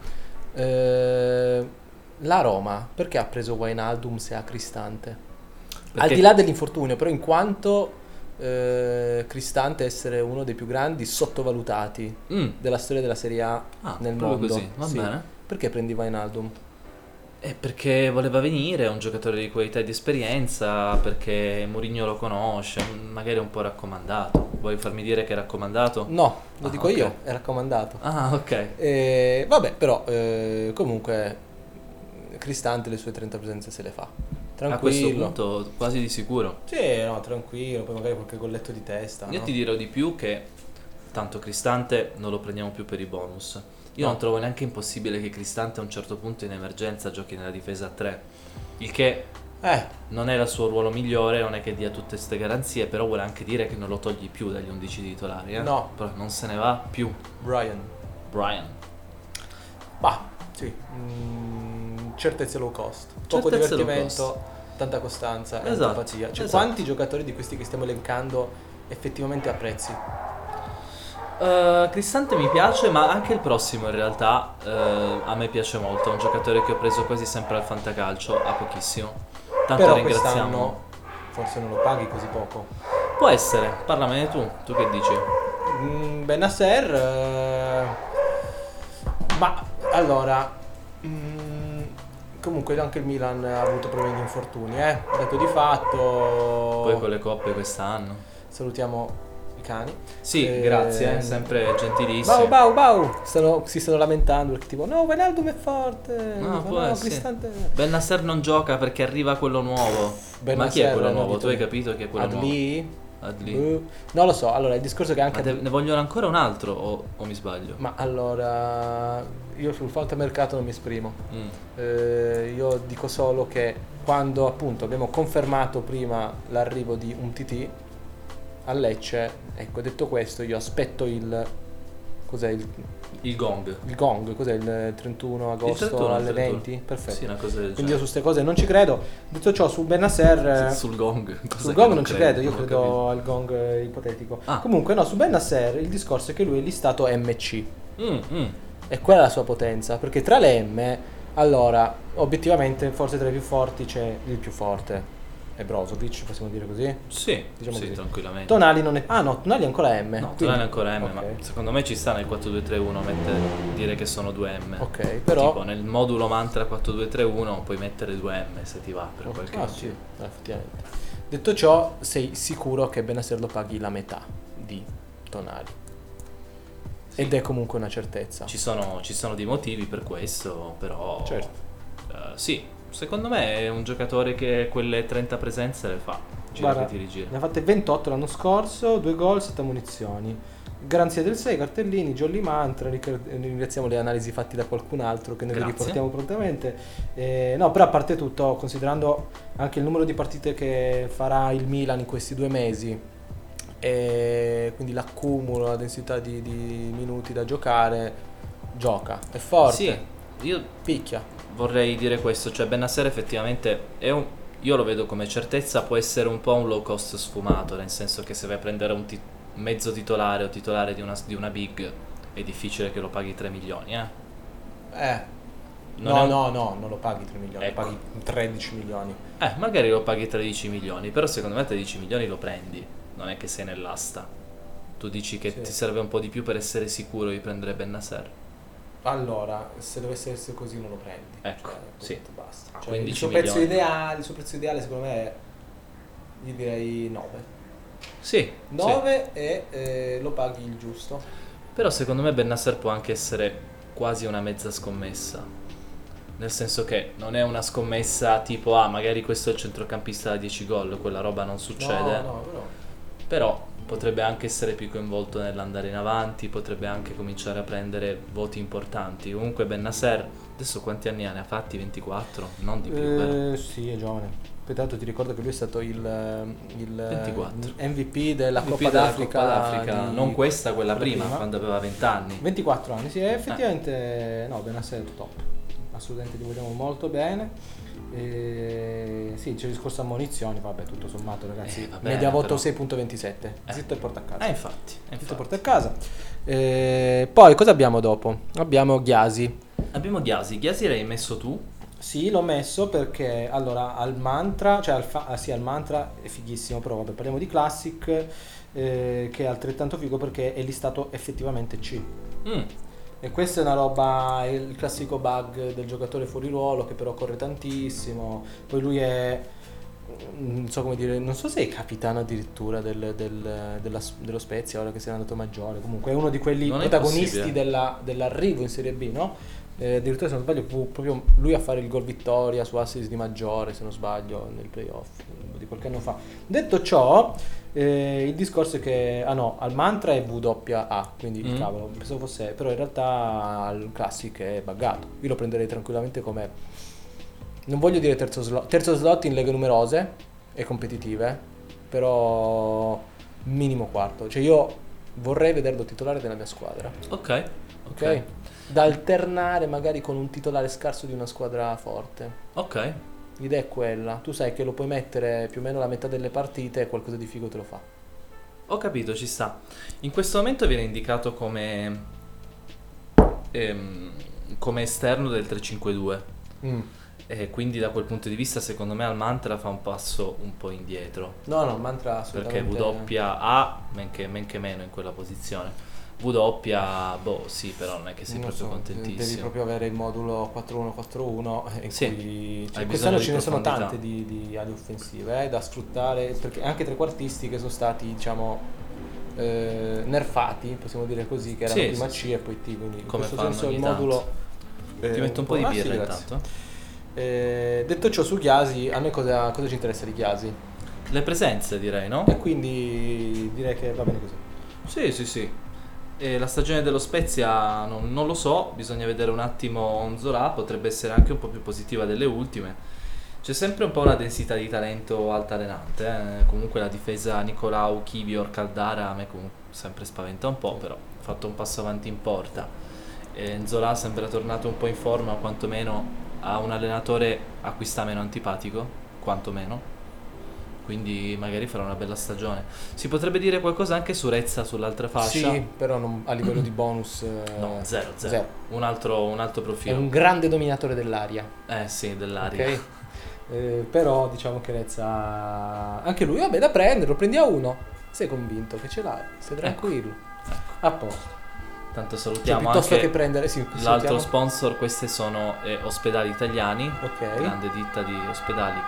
La Roma, perché ha preso Wijnaldum se ha Cristante? Al Perché- di là dell'infortunio, però in quanto Cristante essere uno dei più grandi sottovalutati Mm. della storia della Serie A nel proprio mondo. così, va Sì. bene. Perché prendi Wijnaldum? Perché voleva venire, è un giocatore di qualità e di esperienza, perché Mourinho lo conosce, magari è un po' raccomandato. Vuoi farmi dire che è raccomandato? No, lo dico ok. io, è raccomandato. Ah, ok. Vabbè, però comunque Cristante le sue 30 presenze se le fa. A questo Tranquillo. punto quasi di sicuro. Sì, no, tranquillo, poi magari qualche golletto di testa. Io no? ti dirò di più che tanto Cristante non lo prendiamo più per i bonus. Io No. non trovo neanche impossibile che Cristante a un certo punto in emergenza giochi nella difesa a 3. Il che non è il suo ruolo migliore, non è che dia tutte queste garanzie, però vuole anche dire che non lo togli più dagli 11 titolari. No. Però non se ne va più. Brian. Brian. Bah, sì. Certezze low cost. Poco Certezze low divertimento, tanta costanza e Esatto, antipatia. Cioè, esatto. quanti giocatori di questi che stiamo elencando effettivamente apprezzi? Cristante mi piace, ma anche il prossimo in realtà a me piace molto. È un giocatore che ho preso quasi sempre al fantacalcio, a pochissimo. Tanto Però ringraziamo. quest'anno forse non lo paghi così poco. Può essere, parlamene tu che dici? Benasser, ma allora, comunque anche il Milan ha avuto problemi di infortuni, dato di fatto. Poi con le coppe quest'anno. Salutiamo i cani. Sì, grazie, sempre gentilissimo. Bau, si stanno lamentando perché tipo, no, Wijnaldum è forte. No, può no, essere. Cristante. Bennasser non gioca perché arriva quello nuovo. Ma chi è quello nuovo? Tu hai capito chi è quello Adli? nuovo? Adli. Non lo so, allora il discorso è che Ma anche ne vogliono ancora un altro o mi sbaglio? ma allora io sul fantamercato non mi esprimo. Io dico solo che quando appunto abbiamo confermato prima l'arrivo di un TT a Lecce, ecco, detto questo, io aspetto cos'è Il gong. il gong, cos'è il 31 agosto 31, alle 31. 20? Perfetto. Sì, una cosa del Quindi io genere. su queste cose non ci credo. Detto ciò, su Bennacer Sul gong. Cos'è sul che gong non ci credo, io Non ho credo al gong ipotetico. Ah. Comunque no, su Bennacer il discorso è che lui è listato MC. capito. E quella è la sua potenza, perché tra le M, allora, obiettivamente forse tra i più forti c'è il più forte. È Brozovic, possiamo dire così? Sì, Diciamo sì, così. tranquillamente. Tonali non è... Ah no, Tonali è ancora M. No, quindi- Tonali è ancora M, ok. ma secondo me ci sta nel 4-2-3-1 dire che sono 2 M. Ok, però... Tipo nel modulo mantra 4-2-3-1 puoi mettere 2 M se ti va per qualche Ah motivo. sì, effettivamente. Detto ciò, sei sicuro che Bennacer lo paghi la metà di Tonali. Sì. Ed è comunque una certezza. Ci sono dei motivi per questo, però Certo. sì, secondo me è un giocatore che quelle 30 presenze le fa. Gira Guarda, che ti rigira. ne ha fatte 28 l'anno scorso, 2 gol, 7 munizioni. Garanzia del 6, cartellini, Jolly Mantra, ringraziamo le analisi fatte da qualcun altro che noi le Grazie. riportiamo prontamente. No, però a parte tutto, considerando anche il numero di partite che farà il Milan in questi 2 mesi, e quindi l'accumulo, la densità di minuti da giocare, gioca, è forte, Sì, io picchia. vorrei dire questo, cioè Bennacer effettivamente io lo vedo come certezza, può essere un po' un low cost sfumato, nel senso che se vai a prendere un mezzo titolare o titolare di una big è difficile che lo paghi 3 milioni, Non è un- No, non lo paghi 3 milioni, Ecco. lo paghi 13 milioni. Magari lo paghi 13 milioni, però secondo me 13 milioni lo prendi, non è che sei nell'asta. Tu dici che Sì. ti serve un po' di più per essere sicuro di prendere Bennacer. Allora, se dovesse essere così non lo prendi. Ecco, Cioè, sì. punto, basta. Ah, Cioè, il 15 suo prezzo milioni. ideale, il suo prezzo ideale secondo me è, gli direi 9. Sì, 9 e lo paghi il giusto. però secondo me Bennacer può anche essere quasi una mezza scommessa. Nel senso che non è una scommessa tipo magari questo è il centrocampista da 10 gol, quella roba non succede. No, però. Però potrebbe anche essere più coinvolto nell'andare in avanti, potrebbe anche cominciare a prendere voti importanti. Comunque Bennacer, adesso quanti anni ha? Ne ha fatti? 24? Non di più, vero? Sì, è giovane. Pertanto ti ricordo che lui è stato il 24. MVP della MVP Coppa della d'Africa. Coppa d'Africa, non questa, quella prima, prima. quando aveva 20 anni. 24 anni, sì, effettivamente no, Bennacer è top. Assolutamente ti vogliamo molto bene. Sì, c'è il discorso ammonizioni, vabbè, tutto sommato, ragazzi. Vabbè, media voto però. 6.27. Zitto e porta a casa. Infatti. Zitto e porta a casa. Poi cosa abbiamo dopo? Abbiamo Ghiasi. Abbiamo Ghiasi l'hai messo tu? Sì, l'ho messo perché allora al mantra, cioè sì, al mantra è fighissimo, però vabbè, parliamo di Classic, che è altrettanto figo perché è listato effettivamente C. E questa è una roba, è il classico bug del giocatore fuori ruolo che però corre tantissimo. Poi lui è, non so come dire, non so se è capitano addirittura dello Spezia ora che se n'è andato maggiore. Comunque è uno di quelli Non è protagonisti possibile. dell'arrivo in Serie B, no? Addirittura se non sbaglio fu proprio lui a fare il gol vittoria su assist di Maggiore, se non sbaglio, nel playoff di qualche anno fa. Detto ciò, il discorso è che al mantra è WA, quindi il cavolo, pensavo fosse, però in realtà al classic è buggato. Io lo prenderei tranquillamente come, non voglio dire terzo slot in leghe numerose e competitive, però minimo quarto. Cioè io vorrei vederlo titolare della mia squadra. Ok. Da alternare magari con un titolare scarso di una squadra forte. Ok. L'idea è quella, tu sai che lo puoi mettere più o meno la metà delle partite e qualcosa di figo te lo fa. Ho capito, ci sta. In questo momento viene indicato come esterno del 3-5-2 e quindi da quel punto di vista secondo me al mantra fa un passo un po' indietro, No, mantra perché assolutamente. WA men che meno in quella posizione. W, sì, però non è che sei Non proprio so, contentissimo. devi proprio avere il modulo 4-1-4-1 in Sì, cui hai quest'anno bisogno di ce ne sono profondità. tante di ali offensive da sfruttare, perché anche trequartisti che sono stati diciamo nerfati, possiamo dire così, che erano Sì, prima sì, C e poi T, quindi in Come questo fanno senso il ogni modulo Ti metto un po' di sì, birra grazie. intanto. Detto ciò, su Ghiasi, a noi cosa ci interessa di Ghiasi? Le presenze direi, no? E quindi direi che va bene così. Sì. E la stagione dello Spezia non lo so, bisogna vedere un attimo Nzola, potrebbe essere anche un po' più positiva delle ultime. C'è sempre un po' una densità di talento altalenante, comunque la difesa Nicolau, Kivior, Caldara a me comunque sempre spaventa un po', però ha fatto un passo avanti in porta. E Nzola sembra tornato un po' in forma, o quantomeno ha un allenatore a cui sta meno antipatico, quantomeno. Quindi magari farà una bella stagione. Si potrebbe dire qualcosa anche su Rezza sull'altra fascia? Sì, però a livello di bonus No, zero. zero. Un altro È profilo. un grande dominatore dell'aria. Sì, dell'aria. Ok. Però diciamo che Rezza anche lui, vabbè, da prendere, lo prendi a uno. Sei convinto che ce l'hai, sei tranquillo. A posto. Tanto Cioè, salutiamo piuttosto anche che prendere, sì, l'altro salutiamo. sponsor. Queste sono Ospedali Italiani, Ok. grande ditta di ospedali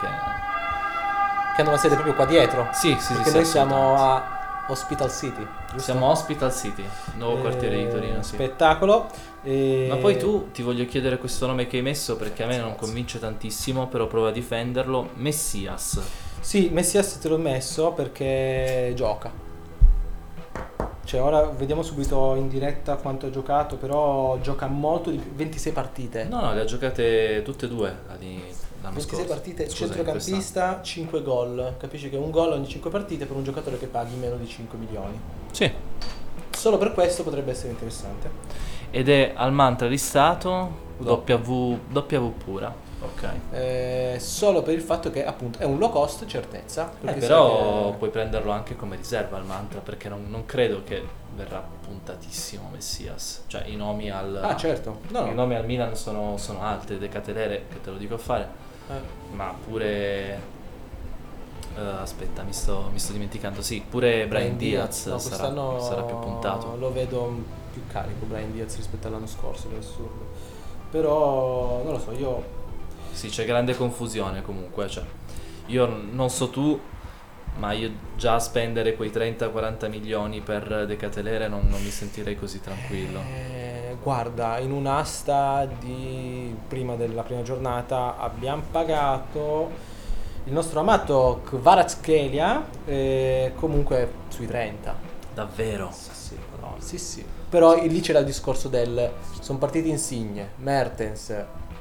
Che hanno la sede proprio qua dietro. Sì, Perché noi siamo a Hospital City, giusto? Siamo a Hospital City, nuovo quartiere di Torino, sì. Spettacolo. Ma poi tu, ti voglio chiedere questo nome che hai messo perché a me non convince tantissimo, però prova a difenderlo. Messias. Sì, Messias te l'ho messo perché gioca. Cioè, ora vediamo subito in diretta quanto ha giocato, però gioca molto di più. 26 partite. No, le ha giocate tutte e due l'anno 26 scorso. partite, Scusa, centrocampista, 5 gol. Capisci che un gol ogni 5 partite per un giocatore che paghi meno di 5 milioni. Sì. Solo per questo potrebbe essere interessante. Ed è al Mantra di Stato, W. W pura. Ok. Solo per il fatto che appunto è un low cost, certezza. Perché Però sai che- puoi prenderlo anche come riserva al Mantra perché non credo che verrà puntatissimo Messias. Cioè i nomi al Ah, certo. No, i no. nomi al Milan sono altri, De Catelere, che te lo dico a fare, ma pure aspetta, mi sto dimenticando. Sì, pure Brahim Diaz No, quest'anno sarà più puntato. lo vedo più carico Brahim Diaz rispetto all'anno scorso, che è assurdo. Però non lo so, io Sì, c'è grande confusione comunque, cioè io non so tu, ma io già spendere quei 30-40 milioni per De Catelere non mi sentirei così tranquillo. guarda, in un'asta di prima della prima giornata abbiamo pagato il nostro amato Kvaratskhelia comunque sui 30. Davvero? Sì, no, sì. Però lì c'era il discorso sono partiti Insigne, Mertens,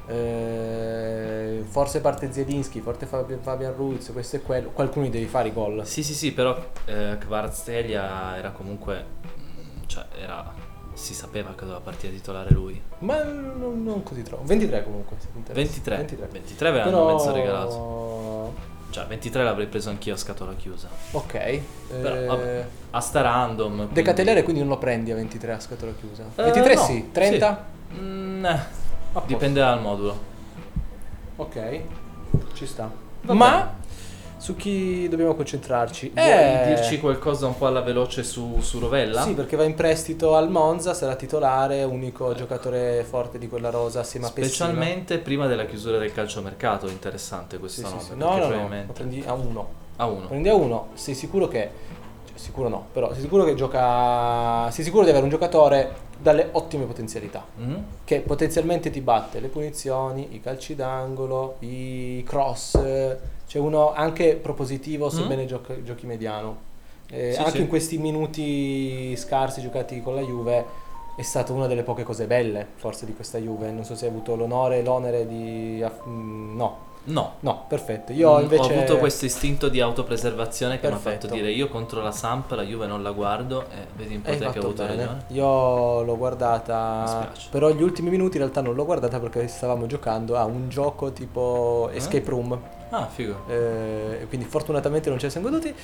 forse parte Zielinski, forse Fabian Ruiz, questo e quello, qualcuno devi fare i gol. Sì, però Kvaratskhelia era comunque, cioè si sapeva che doveva partire titolare lui. Ma non così troppo. 23 comunque, se ti interessa. 23 avevano Però mezzo regalato. Cioè 23 l'avrei preso anch'io a scatola chiusa. Ok. Però vabbè, a sta random. De quindi- Catelere quindi non lo prendi a 23 a scatola chiusa. 23 no, sì, 30? sì. A posto. Dipende dal modulo. Ok. Ci sta. Va Ma bene. su chi dobbiamo concentrarci? Vuoi dirci qualcosa un po' alla veloce su Rovella? Sì, perché va in prestito al Monza, sarà titolare, unico giocatore forte di quella rosa assieme a Pessina. Specialmente prima della chiusura del calciomercato, interessante Sì, questo sì, nome. sì. perché No, lo probabilmente prendi a uno. a uno. Prendi a uno, sei sicuro che cioè, sicuro no, però sei sicuro che gioca, sei sicuro di avere un giocatore dalle ottime potenzialità, Mhm. che potenzialmente ti batte le punizioni, i calci d'angolo, i cross, c'è uno anche propositivo sebbene giochi mediano. Sì, Anche sì. in questi minuti scarsi giocati con la Juve è stata una delle poche cose belle forse di questa Juve. Non so se hai avuto l'onore e l'onere di no, perfetto. Io invece ho avuto questo istinto di autopreservazione che mi ha Perfetto. fatto dire io contro la Samp, la Juve non la guardo e vedi un po' hai te che ho fatto avuto bene. ragione. Io l'ho Mi guardata, spiace. però gli ultimi minuti in realtà non l'ho guardata perché stavamo giocando a un gioco tipo Escape Room. Ah, figo. Quindi fortunatamente non ce ne siamo goduti,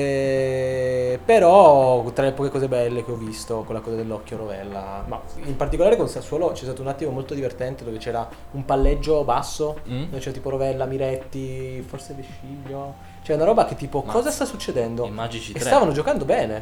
però tra le poche cose belle che ho visto con la coda dell'occhio Rovella, ma in particolare con Sassuolo c'è stato un attimo molto divertente dove c'era un palleggio basso, dove c'era tipo Rovella, Miretti, forse Vesciglio, cioè una roba che tipo Ma- cosa sta succedendo? I Magici E 3. stavano giocando bene.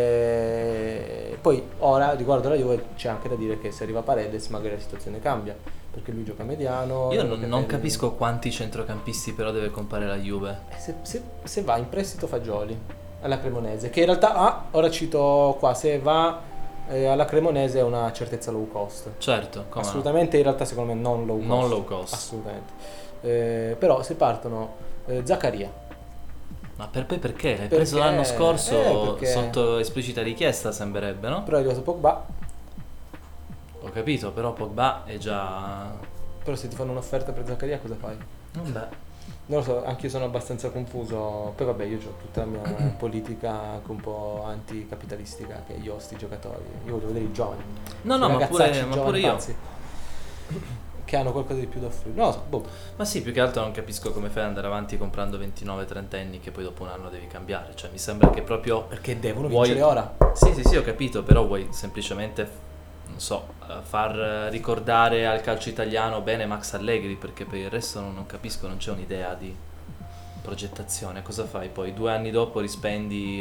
Poi ora riguardo la Juve c'è anche da dire che se arriva Paredes magari la situazione cambia, perché lui gioca mediano. Io Locatelli- non capisco quanti centrocampisti però deve comprare la Juve. Se va in prestito Fagioli alla Cremonese, che in realtà, ora cito qua, se va alla Cremonese è una certezza low cost. Certo, come no? Assolutamente, in realtà secondo me non low cost. Non low cost. Assolutamente. Però se partono Zaccaria, Ma per poi perché? L'hai Perché? preso l'anno scorso Perché? sotto esplicita richiesta, sembrerebbe, no? Però è arrivato Pogba. Ho capito, però Pogba è già... Però se ti fanno un'offerta per Zaccaria cosa fai? Vabbè. Non lo so, anche io sono abbastanza confuso. Poi vabbè, io ho tutta la mia politica anche un po' anticapitalistica, che io ho sti giocatori. Io voglio vedere i giovani. No, I no, ma ragazzacci pure giovani io. pazzi, che hanno qualcosa di più da offrire. Non lo so, boh. Ma sì, più che altro non capisco come fai ad andare avanti comprando 29-30 anni che poi dopo un anno devi cambiare. Cioè, mi sembra che proprio... Perché devono Vuoi- vincere ora. Sì, ho capito, però vuoi semplicemente, non so, far ricordare al calcio italiano bene Max Allegri, perché per il resto non capisco, non c'è un'idea di progettazione. Cosa fai poi? 2 anni dopo rispendi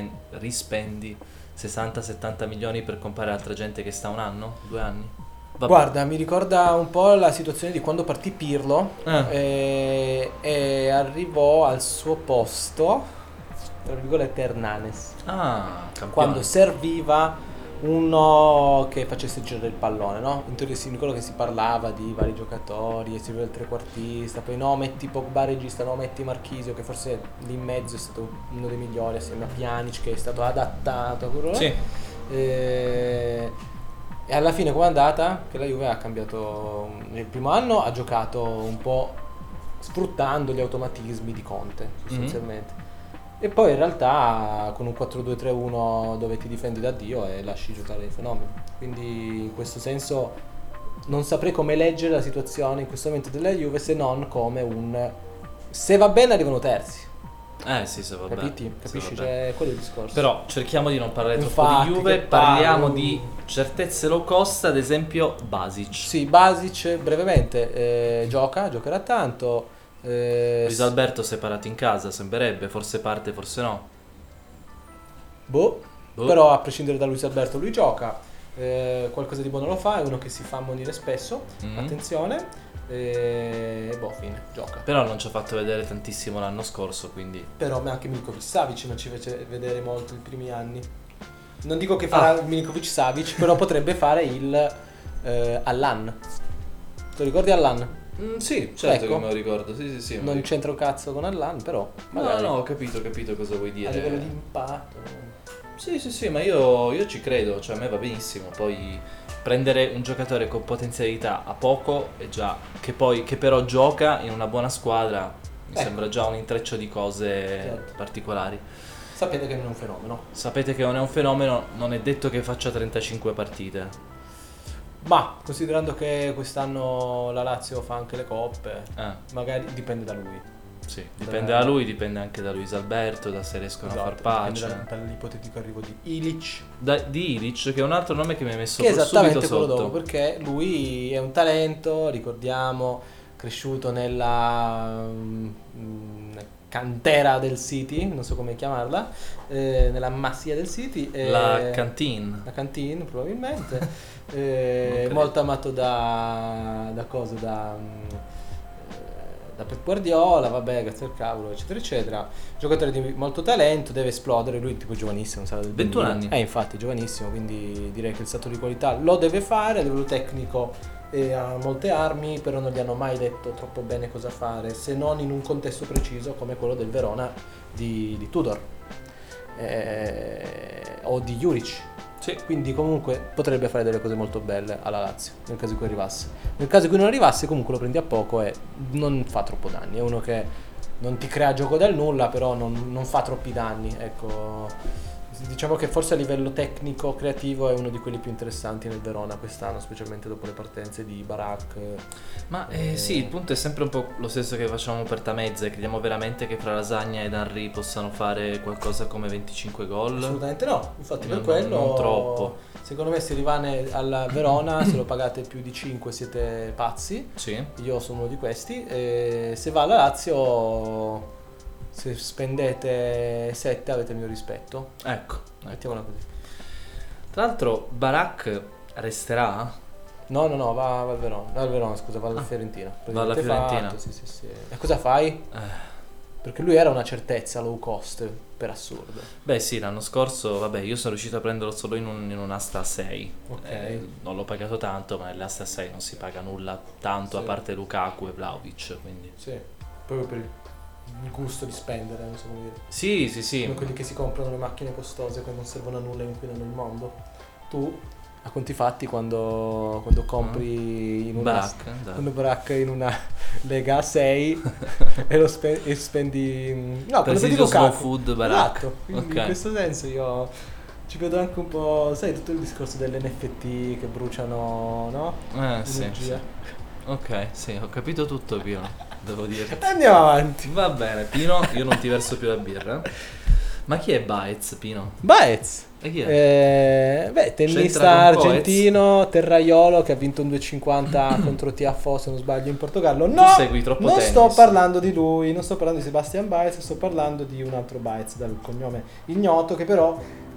60-70 milioni per comprare altra gente che sta un anno? 2 anni? Vabbè. Guarda, mi ricorda un po' la situazione di quando partì Pirlo e arrivò al suo posto, tra virgolette, Hernanes. Ah, campione. Quando serviva uno che facesse girare il pallone, no? In teoria si ricordo che si parlava di vari giocatori, e serviva il trequartista, poi no, metti Pogba regista, no, metti Marchisio, che forse lì in mezzo è stato uno dei migliori assieme a Pjanic, che è stato adattato a quello là. Sì. E alla fine com'è andata? Che la Juve ha cambiato. Nel primo anno ha giocato un po' sfruttando gli automatismi di Conte, sostanzialmente. E poi in realtà con un 4-2-3-1 dove ti difendi da Dio e lasci giocare i fenomeni. Quindi in questo senso non saprei come leggere la situazione in questo momento della Juve, se non come un... Se va bene arrivano terzi. Sì, se va bene. Capisci? Se Capisci? va bene. Cioè, quello è il discorso. Però cerchiamo di non parlare troppo Infatti, di Juve, che parliamo parlo. di certezze low cost, ad esempio Basic. Sì, Basic brevemente giocherà tanto. Luis Alberto separato in casa, sembrerebbe, forse parte, forse no. Boh. Boh. Però a prescindere da Luis Alberto lui gioca, qualcosa di buono lo fa, è uno che si fa ammonire spesso, attenzione, fine, gioca. Però non ci ha fatto vedere tantissimo l'anno scorso, quindi... Però anche Milinkovic Savic non ci fece vedere molto i primi anni. Non dico che farà Milinkovic Savic, però potrebbe fare il Allan. Ti ricordi Allan? Sì, certo Ecco. che me lo ricordo, sì. Non c'entra un cazzo con Allan, però magari No, ho capito cosa vuoi dire. a livello di impatto. Sì, ma io ci credo, cioè a me va benissimo. Poi prendere un giocatore con potenzialità a poco è già, che però gioca in una buona squadra, mi sembra già un intreccio di cose Certo. particolari. Sapete che non è un fenomeno. Sapete che non è un fenomeno, non è detto che faccia 35 partite. Ma considerando che quest'anno la Lazio fa anche le coppe, magari dipende da lui. Sì, dipende da lui, dipende anche da Luis Alberto, da se riescono a far pace. Dipende dall'ipotetico arrivo di Ilic. Di Ilic, che è un altro nome che mi hai messo Che è esattamente subito quello sotto. dopo, perché lui è un talento, ricordiamo, cresciuto nella cantera del City, non so come chiamarla, nella massia del City. La Canteen. La Canteen probabilmente. credo. Molto amato da Pep Guardiola, vabbè, grazie al cavolo, eccetera eccetera. Giocatore di molto talento, deve esplodere, lui tipo giovanissimo, sarà del 21 2000. anni. Infatti giovanissimo, quindi direi che il salto di qualità lo deve fare a livello tecnico, e ha molte armi, però non gli hanno mai detto troppo bene cosa fare, se non in un contesto preciso come quello del Verona di Tudor o di Juric. Sì. Quindi comunque potrebbe fare delle cose molto belle alla Lazio nel caso in cui arrivasse. Nel caso in cui non arrivasse, comunque lo prendi a poco e non fa troppo danni. È uno che non ti crea gioco dal nulla, però non fa troppi danni. Ecco, diciamo che forse a livello tecnico creativo è uno di quelli più interessanti nel Verona quest'anno, specialmente dopo le partenze di Barak. Ma sì, il punto è sempre un po' lo stesso che facciamo per Tamezze. Crediamo veramente che fra Lasagna ed Henry possano fare qualcosa come 25 gol? Assolutamente no, infatti per Non- quello non troppo. Secondo me se rimane alla Verona, se lo pagate più di 5 siete pazzi. Sì. Io sono uno di questi. E se va alla Lazio, se spendete 7 avete il mio rispetto. Ecco. Mettiamola così. Tra l'altro Barak resterà? No, va al Verona. Va al Verona, scusa, va alla Fiorentina. Va alla Fiorentina. Fatto, sì. E cosa fai? Perché lui era una certezza low cost, per assurdo. Beh sì, l'anno scorso, vabbè, io sono riuscito a prenderlo solo in un'asta a 6. Ok. Non l'ho pagato tanto, ma nell'asta a 6 non si paga nulla tanto, Sì. a parte Lukaku e Vlahovic, quindi... Sì, proprio per il il gusto di spendere, non so come dire. Sì, sì, sì. Come quelli che si comprano le macchine costose che non servono a nulla e inquinano il mondo. Tu, a conti fatti, quando compri in una baracca in una Lega 6 e spendi... No, quando spendi slow food baracca. Esatto, quindi in questo senso io ci vedo anche un po', sai, tutto il discorso dell'NFT che bruciano, no? Sì. Ok, sì, ho capito tutto, Pino, devo dire. Andiamo avanti. Va bene, Pino, io non ti verso più la birra. Ma chi è Baez, Pino? Baez? E chi è? Tennista argentino, terraiolo, che ha vinto un 250 contro Tiafoe, se non sbaglio, in Portogallo. No, tu segui troppo non tennis. Sto parlando di lui, non sto parlando di Sebastian Baez, sto parlando di un altro Baez dal cognome ignoto, che però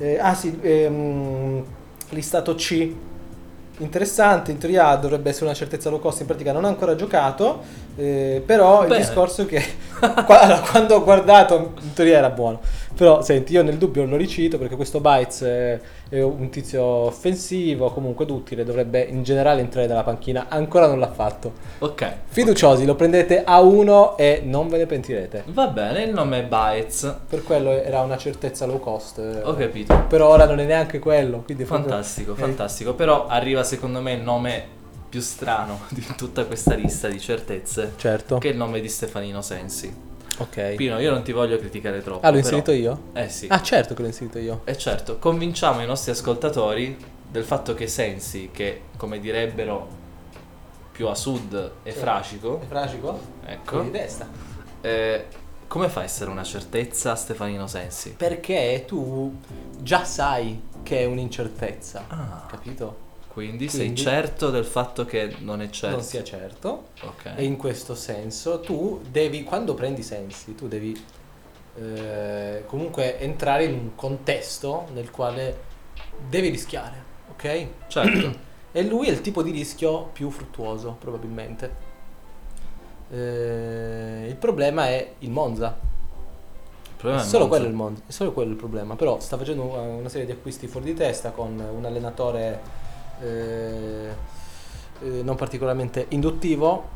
listato C. Interessante, in teoria dovrebbe essere una certezza low cost, in pratica non ha ancora giocato, però il discorso è che quando ho guardato in teoria era buono, però senti, io nel dubbio lo ricito perché questo Baez è un tizio offensivo, comunque duttile, dovrebbe in generale entrare dalla panchina, ancora non l'ha fatto. Ok. Fiduciosi, lo prendete a 1 e non ve ne pentirete. Va bene, il nome è Baez. Per quello era una certezza low cost. Ho capito. Però ora non è neanche quello, quindi fantastico, fantastico. Però arriva secondo me il nome più strano di tutta questa lista di certezze. Certo. Che è il nome di Stefanino Sensi. Ok. Pino, io non ti voglio criticare troppo. L'ho inserito io? Sì. Certo che l'ho inserito io. Certo, convinciamo i nostri ascoltatori del fatto che Sensi, che come direbbero più a sud è fracico. È fracico? Ecco. Di testa. Come fa a essere una certezza Stefanino Sensi? Perché tu già sai che è un'incertezza. Capito? Quindi sei certo del fatto che non è certo? Non sia certo. Ok. E in questo senso tu devi, quando prendi Sensi, tu devi comunque entrare in un contesto nel quale devi rischiare, ok? Certo. E lui è il tipo di rischio più fruttuoso, probabilmente. Il problema è il Monza. È solo quello il Monza. È solo quello il problema. Però sta facendo una serie di acquisti fuori di testa con un allenatore non particolarmente induttivo.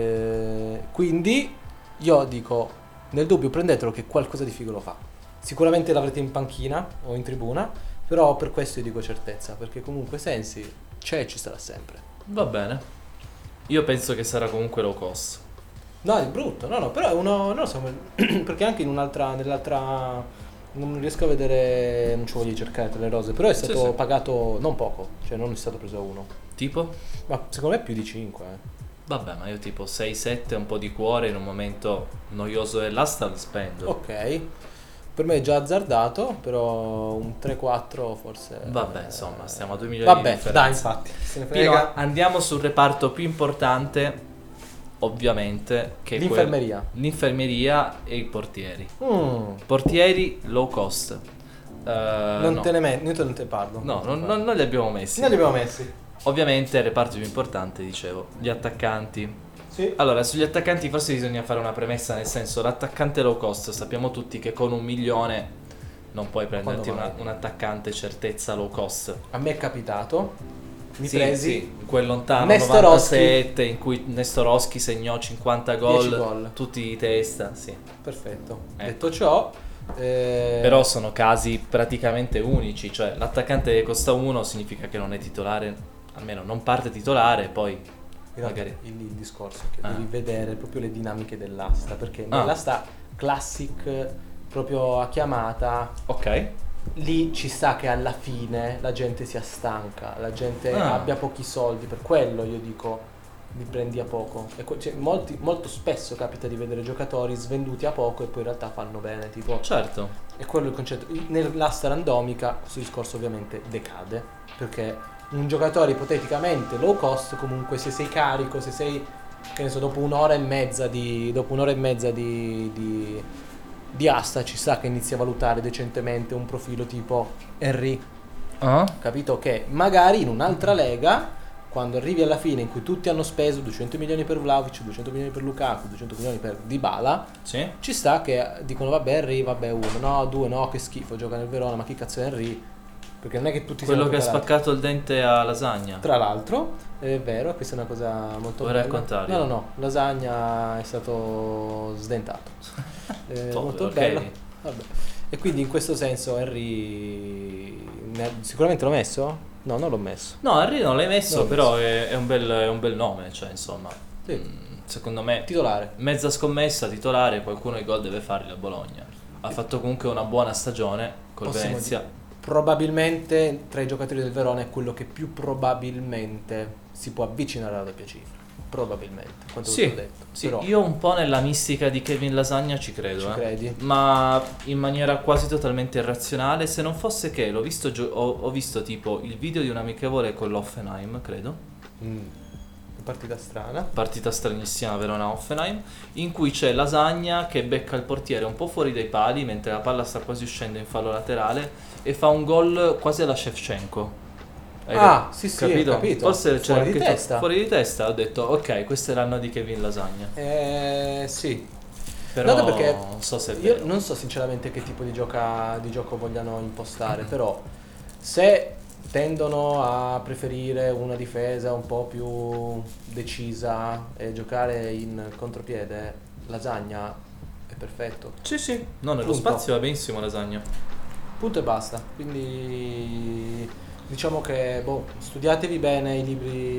Quindi io dico, nel dubbio prendetelo che qualcosa di figo lo fa. Sicuramente l'avrete in panchina o in tribuna, però per questo io dico certezza, perché comunque Sensi c'è e ci sarà sempre. Va bene. Io penso che sarà comunque low cost. No, è brutto, no, però è uno, non lo so, perché anche nell'altra, non riesco a vedere, non ci voglio cercare tra le rose, però è stato pagato non poco, cioè non è stato preso a 1. Tipo? Ma secondo me più di 5, Vabbè, ma io tipo 6-7 un po' di cuore in un momento noioso dell'asta lo spendo. Ok, per me è già azzardato, però un 3-4 forse. Vabbè, insomma, stiamo a 2 milioni di differenza. Dai, infatti, se ne frega. Pino, andiamo sul reparto più importante, ovviamente, che è l'infermeria e i portieri. Portieri low cost. Non te ne parlo. No, non li abbiamo messi. Non li abbiamo messi. Ovviamente il reparto più importante, dicevo, gli attaccanti. Sì. Allora, sugli attaccanti forse bisogna fare una premessa, nel senso, l'attaccante low cost, sappiamo tutti che con 1 milione non puoi prenderti un attaccante certezza low cost. A me è capitato, presi quel lontano Nestorowski. 97 in cui Nestorowski segnò 50 gol, tutti di testa, sì. Perfetto. Ecco. Detto ciò, però sono casi praticamente unici, cioè l'attaccante che costa 1 significa che non è titolare, almeno non parte titolare, poi magari il discorso è che devi vedere proprio le dinamiche dell'asta, perché nell'asta classic proprio a chiamata, ok, lì ci sta che alla fine la gente sia stanca, la gente abbia pochi soldi, per quello io dico li prendi a poco. Cioè, molto spesso capita di vedere giocatori svenduti a poco e poi in realtà fanno bene, tipo. Certo. E quello è il concetto. Nell'asta randomica questo discorso ovviamente decade, perché un giocatore ipoteticamente low cost, comunque se sei carico, se sei, che ne so, dopo un'ora e mezza di asta ci sta che inizi a valutare decentemente un profilo tipo Henry. Capito? Che magari in un'altra lega, quando arrivi alla fine in cui tutti hanno speso 200 milioni per Vlahovic, 200 milioni per Lukaku, 200 milioni per Dybala, ci sta che dicono vabbè Henry, vabbè 1, no 2, no che schifo, gioca nel Verona, ma chi cazzo è Henry? Perché non è che tutti quello che ha spaccato il dente a Lasagna. Tra l'altro, è vero, questa è una cosa molto bella. Vuoi raccontarlo? No, Lasagna è stato sdentato. molto ok. bello. Vabbè. E quindi in questo senso Henry sicuramente l'ho messo? No, non l'ho messo. No, Henry non l'hai messo, Non l'ho però è un bel nome, cioè insomma. Sì. Secondo me Titolare. mezza scommessa, titolare, qualcuno i gol deve farli a Bologna. Ha fatto comunque una buona stagione col Possiamo Venezia. Probabilmente tra i giocatori del Verona è quello che più probabilmente si può avvicinare alla doppia cifra. Probabilmente, quanto Sì, ho detto. sì, Però, io un po' nella mistica di Kevin Lasagna ci credo, ci credi? ma in maniera quasi totalmente irrazionale, se non fosse che l'ho visto ho visto tipo il video di un amichevole con l'Hoffenheim, credo, Partita strana. partita stranissima Verona-Hoffenheim, in cui c'è Lasagna che becca il portiere un po' fuori dai pali mentre la palla sta quasi uscendo in fallo laterale e fa un gol quasi alla Shevchenko. Sì, ho capito. Forse c'era Fuori di anche testa. fuori di testa, ho detto ok, questo è l'anno di Kevin Lasagna. Sì. Però No, perché non so se è io vero. non so sinceramente che tipo di gioco vogliano impostare, però se tendono a preferire una difesa un po' più decisa e giocare in contropiede, Lasagna è perfetto. Sì, sì. No, nello Punto. spazio va benissimo Lasagna. Punto e basta. Quindi diciamo che studiatevi bene i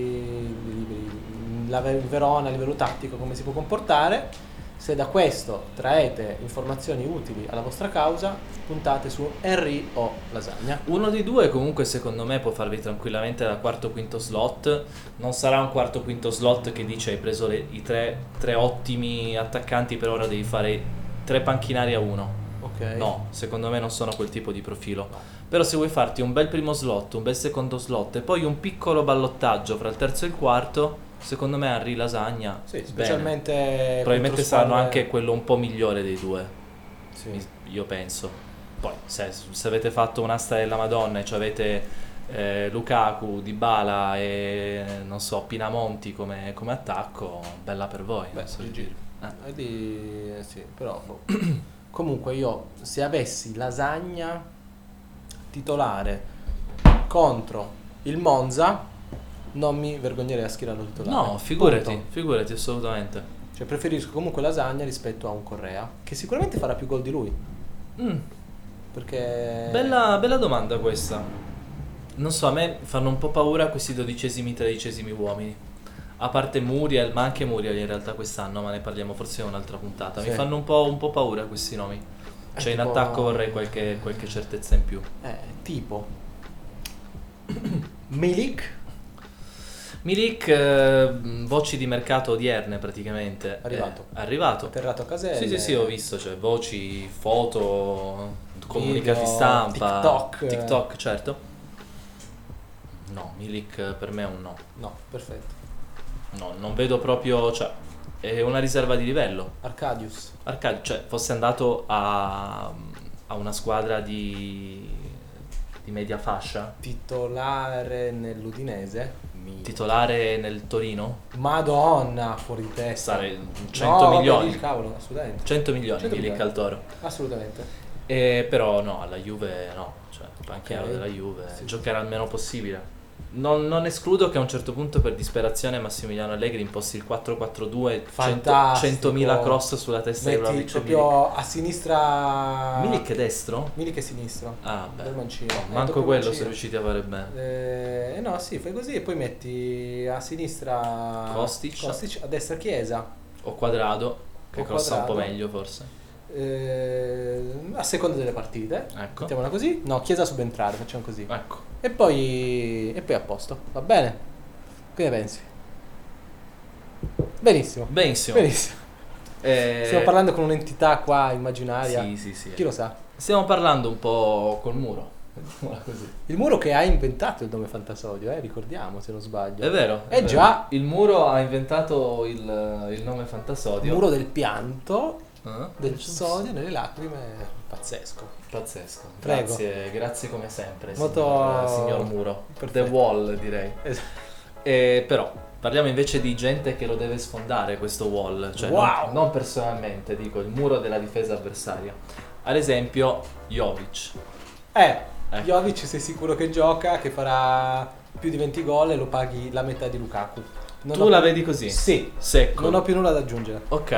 libri, il Verona a livello tattico, come si può comportare. Se da questo traete informazioni utili alla vostra causa, puntate su Henry o Lasagna. Uno dei due comunque secondo me può farvi tranquillamente da quarto o quinto slot. Non sarà un quarto o quinto slot che dice hai preso i tre ottimi attaccanti, per ora devi fare 3 panchinari a uno. Ok. No, secondo me non sono quel tipo di profilo. Però se vuoi farti un bel primo slot, un bel secondo slot e poi un piccolo ballottaggio fra il terzo e il quarto, secondo me Henry Lasagna Sì, bene. specialmente Probabilmente contro saranno squadre- anche quello un po' migliore dei due. Sì. Io penso. Poi se avete fatto un'asta della Madonna e ci avete Lukaku, Dybala e non so Pinamonti come attacco, bella per voi. Beh, non so GG. dire. Sì, però comunque io se avessi Lasagna titolare contro il Monza non mi vergognerei a schierarlo titolare. No, figurati, Punto. figurati assolutamente. Cioè preferisco comunque Lasagna rispetto a un Correa che sicuramente farà più gol di lui, Mm, perché bella domanda questa. Non so, a me fanno un po' paura questi 12esimi, 13esimi uomini. A parte Muriel, ma anche Muriel in realtà quest'anno, ma ne parliamo forse in un'altra puntata. Sì. Mi fanno un po' paura questi nomi. Cioè in tipo- attacco vorrei qualche certezza in più. tipo Milik Milik, voci di mercato odierne praticamente. Arrivato. Arrivato. atterrato a Caselle. Sì, ho visto, cioè voci, foto, comunicati Video, stampa, TikTok. certo. No, Milik per me è un no. No, perfetto. No, non vedo proprio, cioè è una riserva di livello. Arcadius. Arcadio, cioè fosse andato a una squadra di media fascia, Titolare nell'Udinese. titolare nel Torino, Madonna, fuori di testa. stare 100 No, vabbè, milioni. il cavolo, assolutamente. 100 milioni 100 Milik milioni. al Toro. Assolutamente. Però no, alla Juve no, cioè panchero Ok. della Juve, Sì. giocare al meno possibile. Non escludo che a un certo punto per disperazione Massimiliano Allegri imposti il 4-4-2, Fantastico. 100.000 cross sulla testa di Metti Vlahovic e proprio a sinistra. Milik è destro? Milik è sinistro. Ah beh, Del mancino. manco doppio quello mancino. sono riusciti a fare bene. No, sì, fai così e poi metti a sinistra Kostic. a destra Chiesa. O Quadrado, che O crossa un po' Quadrado. meglio forse. A seconda delle partite. Ecco. Mettiamola così. No, Chiesa subentrare, facciamo così. Ecco. E poi a posto, va bene? Che ne pensi? Benissimo. Benissimo. Benissimo. Stiamo parlando con un'entità qua immaginaria. Sì. Chi lo sa? Stiamo parlando un po' col muro. Mettiamola così. Il muro che ha inventato il nome Fantasodio, ricordiamo se non sbaglio. È vero. Eh già. Il muro ha inventato il nome Il Fantasodio. muro del pianto, Ah? del sodio nelle lacrime, pazzesco. Pazzesco. Prego. Grazie come sempre, Molto- signor Muro. Perfetto. The Wall, direi. Esatto. Però parliamo invece di gente che lo deve sfondare questo wall, cioè Wow. non personalmente, dico il muro della difesa avversaria. Ad esempio, Jovic. Ecco. Jovic sei sicuro che gioca, che farà più di 20 gol e lo paghi la metà di Lukaku. Non Tu ho la più- vedi così? Sì. Secco. Non ho più nulla da aggiungere. Ok.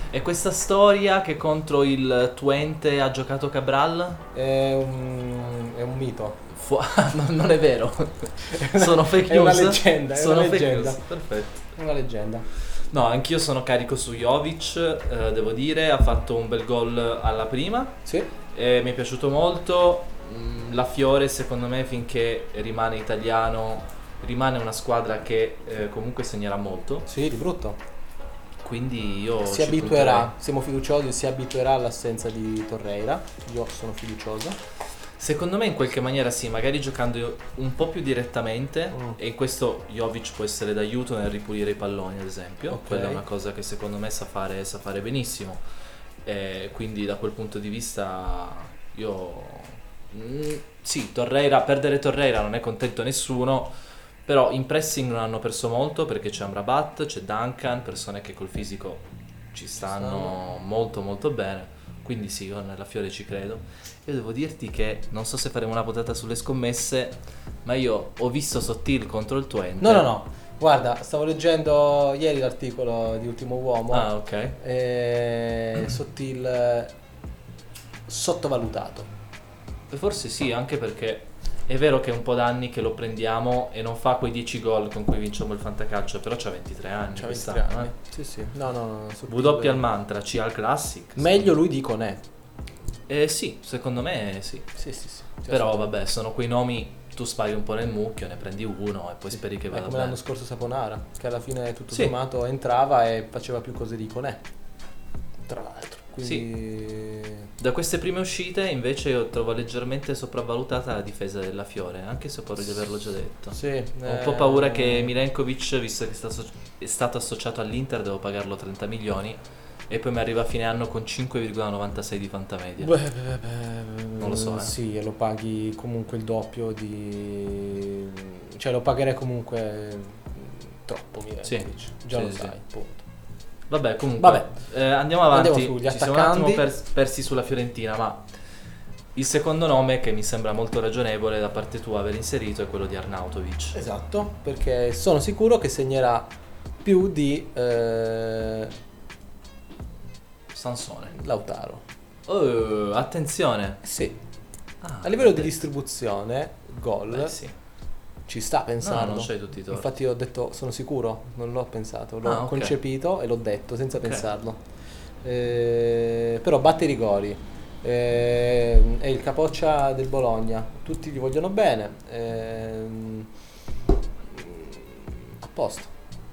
E questa storia che contro il Twente ha giocato Cabral? È un mito. Non è vero. Sono fake news. È una leggenda, è Sono una fake leggenda. news. Perfetto. È una leggenda. No, anch'io sono carico su Jovic, devo dire, ha fatto un bel gol alla prima. Sì. Mi è piaciuto molto. La Fiore, secondo me, finché rimane italiano, rimane una squadra che comunque segnerà molto. Sì, di brutto. Quindi io Si ci abituerà, punterei. siamo fiduciosi, si abituerà all'assenza di Torreira. Io sono fiducioso. Secondo me in qualche maniera sì, magari giocando un po' più direttamente, Mm. e in questo Jovic può essere d'aiuto nel ripulire i palloni, ad esempio. Ok. Quella è una cosa che secondo me sa fare benissimo. Quindi da quel punto di vista io sì, perdere Torreira non è contento nessuno, però in pressing non hanno perso molto perché c'è Amrabat, c'è Duncan, persone che col fisico ci stanno molto molto bene. Quindi sì, io nella Fiore ci credo. Io devo dirti che non so se faremo una puntata sulle scommesse, ma io ho visto Sottil contro il Twente. No. Guarda, stavo leggendo ieri l'articolo di Ultimo Uomo. Ah, ok. Sottil sottovalutato. Forse sì, anche perché è vero che è un po' d'anni che lo prendiamo e non fa quei 10 gol con cui vinciamo il fantacalcio, però c'ha 23 anni C'ha 23 quest'anno. anni. Sì. No. Sottil- W al mantra, C al classic. Meglio lui di Conè. Sì, secondo me sì. Sì. Però vabbè, sono quei nomi, tu spari un po' nel mucchio, ne prendi uno e poi speri che È vada come bene. l'anno scorso Saponara, che alla fine tutto Sì. sommato entrava e faceva più cose di Conè. Tra l'altro. Quindi Da queste prime uscite invece io trovo leggermente sopravvalutata la difesa della Fiore, anche se ho paura di averlo già detto. sì, Ho un po' paura che Milenkovic, visto che è stato associato all'Inter, devo pagarlo 30 milioni e poi mi arriva a fine anno con 5,96 di fantamedia. Non lo so, Sì, e lo paghi comunque il doppio di... Cioè lo pagherei comunque troppo, Milenkovic. Sì, Già sì, lo sì. sai, punto. Vabbè, comunque, andiamo avanti. Andiamo sugli Ci siamo un attimo attaccanti. persi sulla Fiorentina, ma il secondo nome che mi sembra molto ragionevole da parte tua aver inserito è quello di Arnautovic. Esatto, perché sono sicuro che segnerà più di Sansone. Lautaro. Oh, attenzione. Sì, Ah, a livello di beh, distribuzione, gol, beh, sì. ci sta No, pensando. non c'hai tutti i torti. Infatti ho detto sono sicuro, non l'ho pensato, l'ho Ok. concepito e l'ho detto senza Ok. pensarlo. Però batte i rigori, è il capoccia del Bologna, tutti gli vogliono bene, a posto.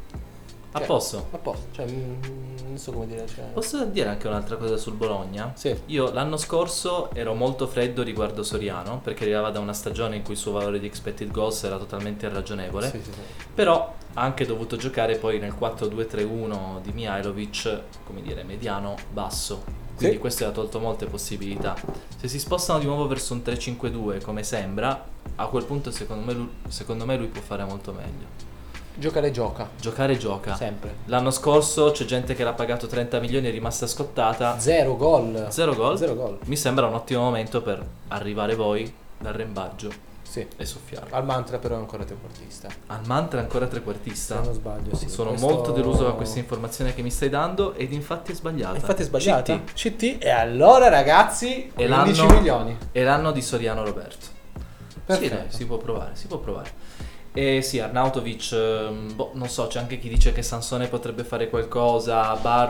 A posto. A posto, cioè non so come dire. Cioè... Posso dire anche un'altra cosa sul Bologna? Sì. Io l'anno scorso ero molto freddo riguardo Soriano, perché arrivava da una stagione in cui il suo valore di expected goals era totalmente irragionevole. Sì. Però ha anche dovuto giocare poi nel 4-2-3-1 di Mihajlovic, come dire, mediano basso. Quindi Sì. questo ha tolto molte possibilità. Se si spostano di nuovo verso un 3-5-2, come sembra, a quel punto secondo me lui può fare molto meglio. Giocare gioca, Giocare gioca. sempre. L'anno scorso c'è gente che l'ha pagato 30 milioni e è rimasta scottata. 0 gol. 0 gol. 0 gol. Mi sembra un ottimo momento per arrivare voi dal rembaggio Sì. e soffiarlo. Al mantra però è ancora trequartista. Al mantra è ancora Se trequartista. non sbaglio, sì. Sono Questo- molto deluso da questa informazione che mi stai dando ed infatti è sbagliata. Infatti è sbagliata. CT. CT. E allora ragazzi, E 15 l'anno- milioni. È l'anno di Soriano Roberto. Perfetto. Sì, dai, si può provare. E sì, Arnautovic, non so, c'è anche chi dice che Sansone potrebbe fare qualcosa,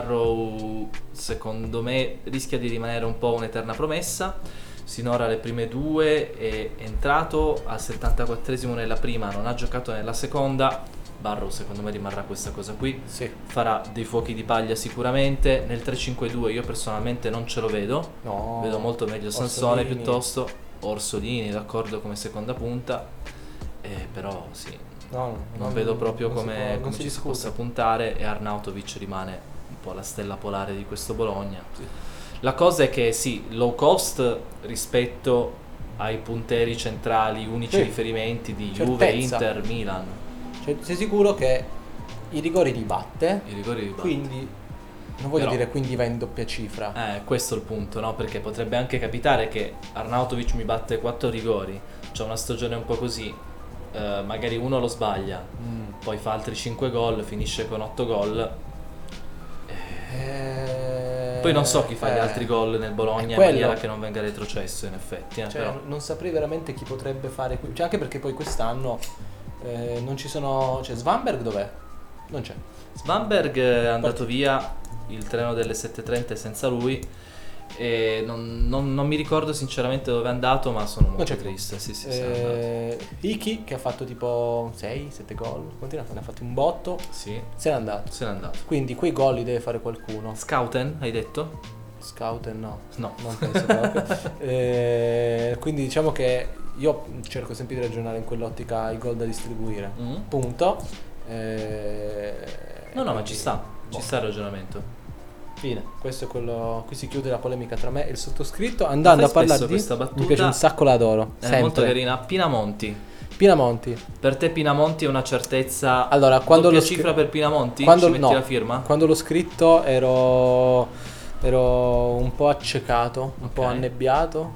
Barrow secondo me rischia di rimanere un po' un'eterna promessa. Sinora le prime due, è entrato al 74esimo nella prima, non ha giocato nella seconda. Barrow secondo me rimarrà questa cosa qui. Sì. Farà dei fuochi di paglia sicuramente. Nel 3-5-2 io personalmente non ce lo vedo. No. Vedo molto meglio Sansone Orsolini. piuttosto. Orsolini, d'accordo, come seconda punta. Però sì, non vedo proprio come ci si possa puntare, e Arnautovic rimane un po' la stella polare di questo Bologna. Sì. La cosa è che sì, low cost rispetto ai punteri centrali, unici Sì. riferimenti di Certezza. Juve, Inter, Milan. Cioè, sei sicuro che i rigori li batte? I rigori di Batte. Quindi non voglio Però- dire quindi va in doppia cifra. Questo è il punto, no? Perché potrebbe anche capitare che Arnautovic mi batte 4 rigori, c'è una stagione un po' così, magari uno lo sbaglia, poi fa altri 5 gol, finisce con 8 gol. Poi non so chi fa gli altri gol nel Bologna in quello. maniera che non venga retrocesso, in effetti. Cioè, Però. non saprei veramente chi potrebbe fare qui. Cioè, anche perché poi quest'anno non ci sono. Cioè, Svanberg dov'è? Non c'è. Svanberg è andato via, il treno delle 7:30 è senza lui. E non mi ricordo sinceramente dove è andato, ma sono molto c'è triste. Sì, se n'è andato. Iki, che ha fatto tipo 6-7 gol, quanti ne ha fatti? Un botto. Sì, Se n'è andato. se n'è andato. Quindi quei gol li deve fare qualcuno. Scouten, hai detto? Scouten no. No. Non penso proprio. Quindi diciamo che io cerco sempre di ragionare in quell'ottica i gol da distribuire. Punto. No, ma ci sta. boh. Ci sta il ragionamento. Fine. Questo è quello. Qui si chiude la polemica tra me e il sottoscritto. Andando a Fai parlare spesso di. questa battuta. Mi piace un sacco, l'adoro. È Sempre. molto carina. Pinamonti. Pinamonti. Per te Pinamonti è una certezza. Allora, quando doppia lo cifra per Pinamonti? Quando, Ci metti no, la firma? Quando l'ho scritto ero un po' accecato, un po' annebbiato.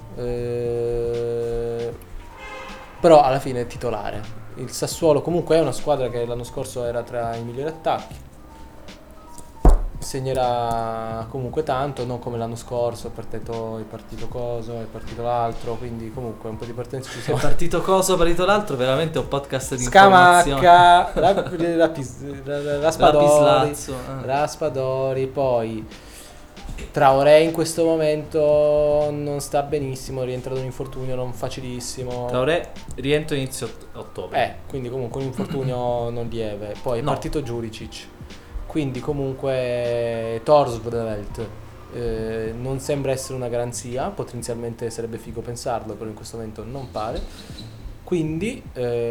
Però alla fine è titolare. Il Sassuolo comunque è una squadra che l'anno scorso era tra i migliori attacchi. Segnerà comunque tanto, non come l'anno scorso, è partito coso, è partito l'altro, quindi comunque un po' di partenze ci È sono. partito coso, partito l'altro, veramente un podcast di informazione. Scamacca, Raspadori, Lapislazzo, Raspadori, poi Traoré in questo momento non sta benissimo, è rientrato in un infortunio non facilissimo. Traoré rientro inizio ottobre. Quindi comunque un infortunio non lieve. Poi è partito Juricic. Quindi comunque Torsveld non sembra essere una garanzia, potenzialmente sarebbe figo pensarlo, però in questo momento non pare. Quindi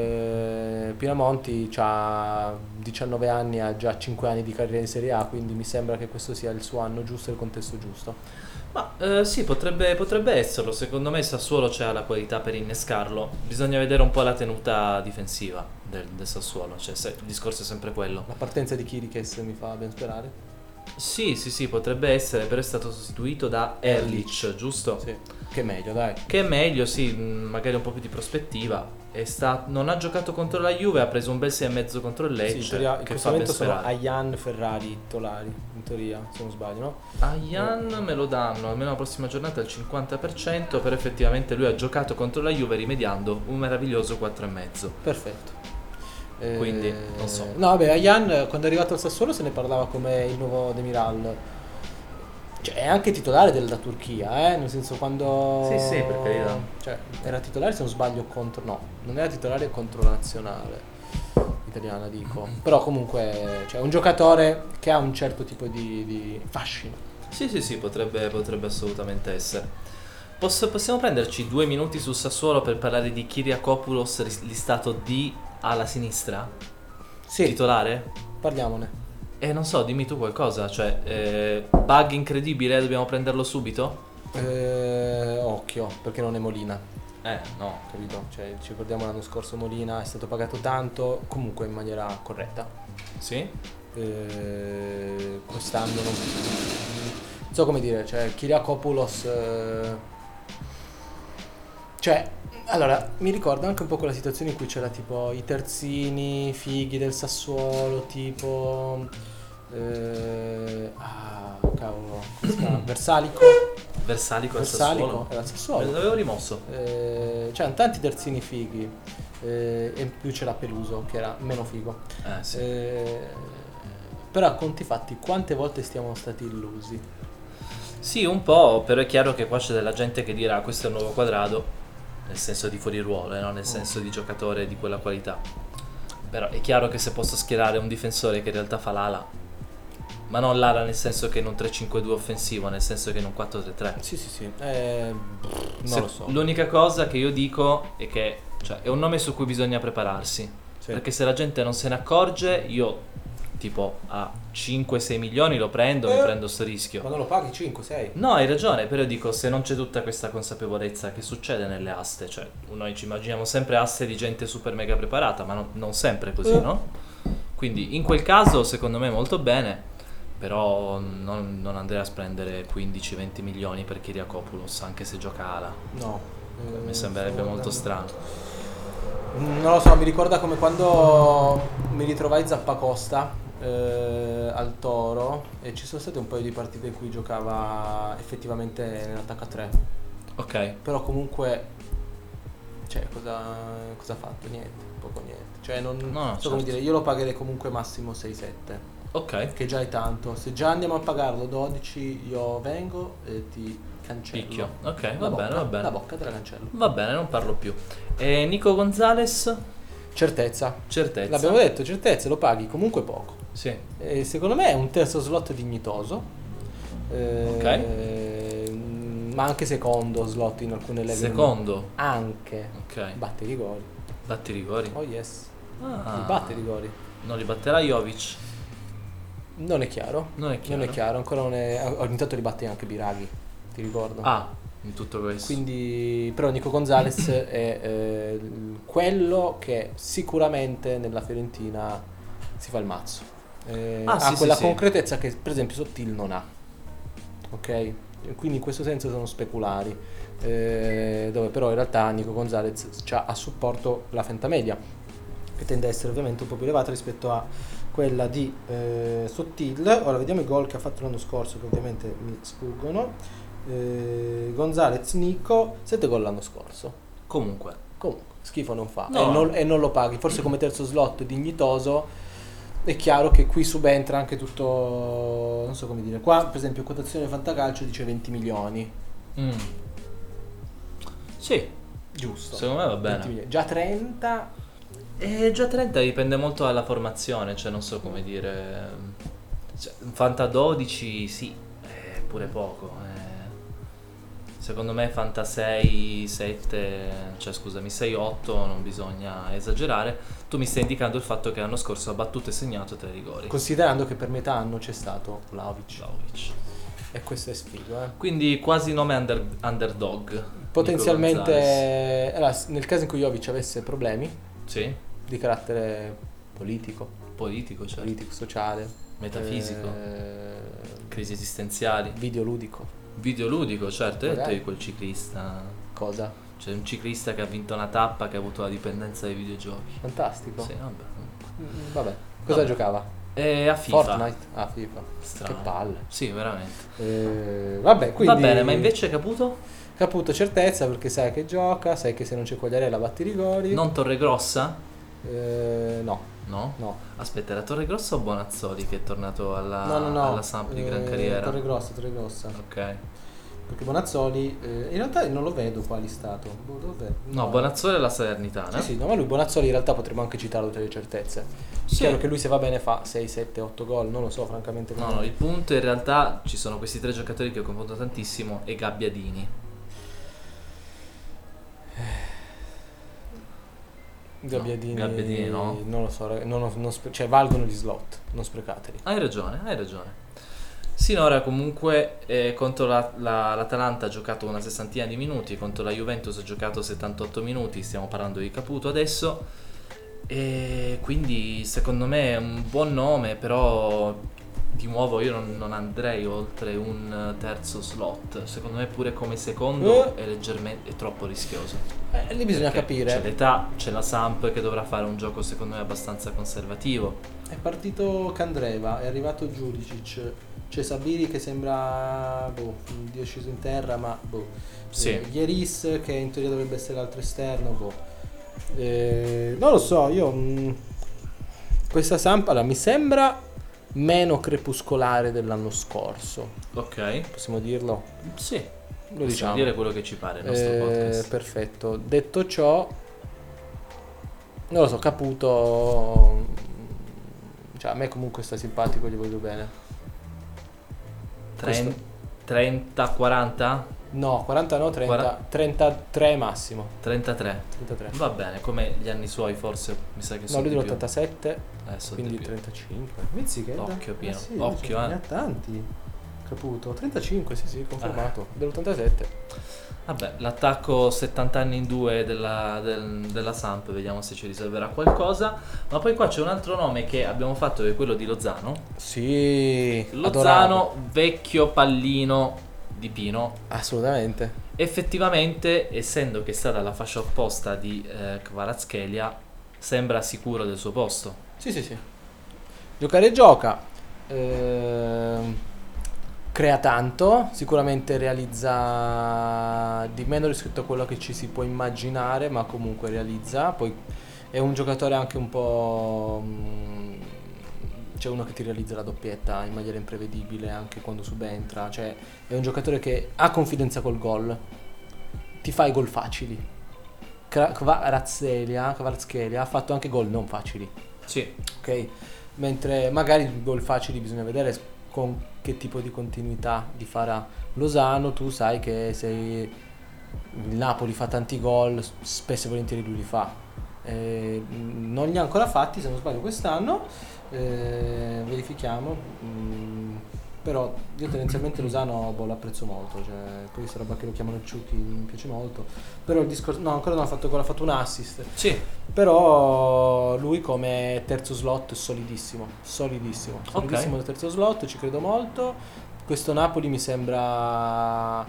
Pinamonti ha 19 anni, ha già 5 anni di carriera in Serie A, quindi mi sembra che questo sia il suo anno giusto e il contesto giusto. Ma sì, potrebbe esserlo. Secondo me Sassuolo c'ha la qualità per innescarlo. Bisogna vedere un po' la tenuta difensiva del Sassuolo. Cioè, il discorso è sempre quello. La partenza di Chiriches mi fa ben sperare. Sì, potrebbe essere, però è stato sostituito da Erlich, giusto? Sì, che è meglio, dai. Che è meglio, sì, magari un po' più di prospettiva. Non ha giocato contro la Juve, ha preso un bel 6,5 contro il Lecce. Sì, in teoria, in che questo fa ben momento sono sperare. Ayan Ferrari titolari, in teoria, se non sbaglio, no? Ayan me lo danno, almeno la prossima giornata al 50%, però effettivamente lui ha giocato contro la Juve rimediando un meraviglioso 4,5. Perfetto. Quindi, non so. No, vabbè, Ayan quando è arrivato al Sassuolo se ne parlava come il nuovo Demiral. Cioè, è anche titolare della Turchia, nel senso quando. Sì, per carità. Cioè, era titolare se non sbaglio contro. No, non era titolare contro la nazionale italiana, dico. Però comunque, cioè, un giocatore che ha un certo tipo di fascino. Sì, potrebbe assolutamente essere. Possiamo prenderci 2 minuti sul Sassuolo per parlare di Kyriakopoulos listato D alla sinistra? Sì, Titolare? parliamone. Non so, dimmi tu qualcosa, cioè bug incredibile, dobbiamo prenderlo subito? Occhio, perché non è Molina. No. Capito? Cioè, ci ricordiamo l'anno scorso Molina è stato pagato tanto, comunque in maniera corretta. Sì? Quest'anno non so come dire, cioè Kyriakopoulos cioè, allora, mi ricorda anche un po' quella situazione in cui c'era tipo i terzini, fighi del Sassuolo, tipo cavolo, come si chiama? Versalico Versalico al Sassuolo? era il Me Sassuolo. l'avevo rimosso. C'erano tanti terzini fighi e in più c'era Peluso che era meno figo. Sì. Però a conti fatti quante volte siamo stati illusi? Sì, un po', però è chiaro che qua c'è della gente che dirà questo è un nuovo Quadrado, nel senso di fuori ruolo, no? Nel senso di giocatore di quella qualità. Però è chiaro che se posso schierare un difensore che in realtà fa l'ala, ma non l'ala nel senso che in un 3-5-2 offensivo, nel senso che in un 4-3-3. Sì. Non lo so. L'unica cosa che io dico è che cioè, è un nome su cui bisogna prepararsi. Sì. Perché se la gente non se ne accorge, io tipo a 5-6 milioni lo prendo, mi prendo sto rischio. Quando lo paghi 5-6? No, hai ragione, però dico se non c'è tutta questa consapevolezza che succede nelle aste, cioè noi ci immaginiamo sempre aste di gente super mega preparata, ma non sempre così, no? Quindi in quel caso secondo me molto bene, però non andrei a spendere 15-20 milioni per Kyriakopoulos, anche se gioca ala. No. Mi sembrerebbe molto strano. Non lo so, mi ricorda come quando mi ritrovai Zappacosta al Toro e ci sono state un paio di partite in cui giocava effettivamente nell'attacco a 3. Ok. Però comunque, cioè, cosa ha fatto? Niente, poco niente. Cioè, non No, so come certo. dire, io lo pagherei comunque massimo 6-7, Ok. che già è tanto. Se già andiamo a pagarlo 12, io vengo e ti cancello. Picchio. Ok, La va bene, bocca, va bene. La bocca te la cancello. Va bene, non parlo più. E Nico Gonzalez? Certezza. Certezza. L'abbiamo detto, certezza, lo paghi comunque poco. Sì. E secondo me è un terzo slot dignitoso. Ma anche secondo slot in alcune leve. Secondo. Anche. Ok. Batte i rigori. Batti i rigori. Oh yes. Ah. Li batte i rigori. Non li batterà Jovic? Non è chiaro. Non è chiaro. Non è chiaro. Ancora non è. Ogni tanto li batte anche Biraghi. Ti ricordo. Ah, in tutto questo. Quindi, però Nico Gonzalez è quello che sicuramente nella Fiorentina si fa il mazzo. Ha sì, quella sì, concretezza che per esempio Sottil non ha. Ok? Quindi in questo senso sono speculari. Dove però in realtà Nico Gonzalez ha a supporto la fentamedia, che tende a essere ovviamente un po' più elevata rispetto a quella di Sottil. Ora vediamo i gol che ha fatto l'anno scorso, che ovviamente mi sfuggono. Gonzalez Nico 7 gol l'anno scorso. Comunque. Schifo non fa. No. E non lo paghi. Forse come terzo slot dignitoso. È chiaro che qui subentra anche tutto, non so come dire. Qua per esempio quotazione Fantacalcio dice 20 milioni. Sì, Giusto. secondo me va 20 bene. milioni. Già 30. E già 30 dipende molto dalla formazione, cioè non so come dire. Cioè, un Fanta 12 sì, è pure poco. Secondo me Fanta 6, 7, cioè scusami, 6, 8 non bisogna esagerare. Tu mi stai indicando il fatto che l'anno scorso ha battuto e segnato 3 rigori. Considerando che per metà anno c'è stato Vlahovic. Vlahovic. E questo è sfigo, eh. Quindi quasi nome underdog. Nico Potenzialmente, Gonzalez. allora, nel caso in cui Jovic avesse problemi Sì, di carattere politico, politico, certo. sociale, Metafisico. Crisi esistenziali. videoludico. Videoludico, certo, hai detto Magari. di quel ciclista. Cosa? C'è un ciclista che ha vinto una tappa che ha avuto la dipendenza dai videogiochi. Fantastico. Sì, vabbè. Vabbè, cosa Vabbè. giocava? E a FIFA. Fortnite? Ah, FIFA. Strano. Che palle. Sì, veramente. Vabbè, quindi Va bene, ma invece Caputo? Caputo certezza perché sai che gioca, sai che se non c'è Quagliarella batti i rigori. Non Torregrossa? No. No? No. Aspetta, era Torregrossa o Bonazzoli che è tornato alla, No. alla Samp di gran carriera? Torre Grossa. Ok. Perché Bonazzoli, in realtà non lo vedo qua listato. Dov'è? No, Bonazzoli è la Salernitana. Sì, no, ma lui Bonazzoli in realtà potremmo anche citarlo tra le certezze. Sì. Chiaro che lui se va bene fa 6, 7, 8 gol, non lo so francamente. No, il punto in realtà ci sono questi 3 giocatori che ho confronto tantissimo e Gabbiadini. Gabbiadini no? Non lo so, cioè valgono gli slot, non sprecateli. Hai ragione. Sinora comunque contro l'Atalanta ha giocato una sessantina di minuti, contro la Juventus ha giocato 78 minuti, stiamo parlando di Caputo adesso, e quindi secondo me è un buon nome, però di nuovo io non andrei oltre un terzo slot, secondo me pure come secondo è leggermente troppo rischioso. Lì bisogna Perché capire. c'è l'età, c'è la Samp che dovrà fare un gioco secondo me abbastanza conservativo. È partito Candreva, è arrivato Giudicic, c'è Sabiri che sembra Dio sceso in terra, ma Sì. Ieris che in teoria dovrebbe essere l'altro esterno, non lo so, io questa Samp allora, mi sembra meno crepuscolare dell'anno scorso, Ok, possiamo dirlo? sì, Lo possiamo diciamo. dire quello che ci pare il nostro podcast. Perfetto. Detto ciò, non lo so, Caputo, cioè a me comunque sta simpatico, gli voglio bene. 30, 40? No, 40 no, 30, 33 massimo. 33. 33. Va bene, come gli anni suoi forse mi sa che No, sono lui di più. dell'87, Sono quindi di più. 35. Mizzichetta. Occhio pieno, Sì, occhio, ne ha tanti. Caputo, 35, sì, confermato. Dell'87. Vabbè, l'attacco 70 anni in 2 della Samp, vediamo se ci riserverà qualcosa. Ma poi qua c'è un altro nome che abbiamo fatto, che è quello di Lozano. Sì, Lozano, vecchio pallino di Pino. assolutamente. Effettivamente, essendo che è stata la fascia opposta di Kvaratskhelia, sembra sicuro del suo posto. Sì. Giocare gioca. crea tanto, sicuramente realizza di meno rispetto a quello che ci si può immaginare, ma comunque realizza. Poi è un giocatore anche un po'... c'è uno che ti realizza la doppietta in maniera imprevedibile anche quando subentra, cioè è un giocatore che ha confidenza col gol, ti fa i gol facili. Kvaratskhelia ha fatto anche gol non facili, Sì. ok? Mentre magari i gol facili bisogna vedere con che tipo di continuità di farà Lozano. Tu sai che se il Napoli fa tanti gol, spesso e volentieri lui li fa. Non li ha ancora fatti, se non sbaglio, quest'anno. Verifichiamo. Però io tendenzialmente Lozano lo apprezzo molto, cioè, poi questa roba che lo chiamano Ciuchi mi piace molto. Però il discorso, no, ancora non ha fatto gol, ha fatto un assist. Sì. Però lui come terzo slot solidissimo nel terzo slot, ci credo molto. Questo Napoli mi sembra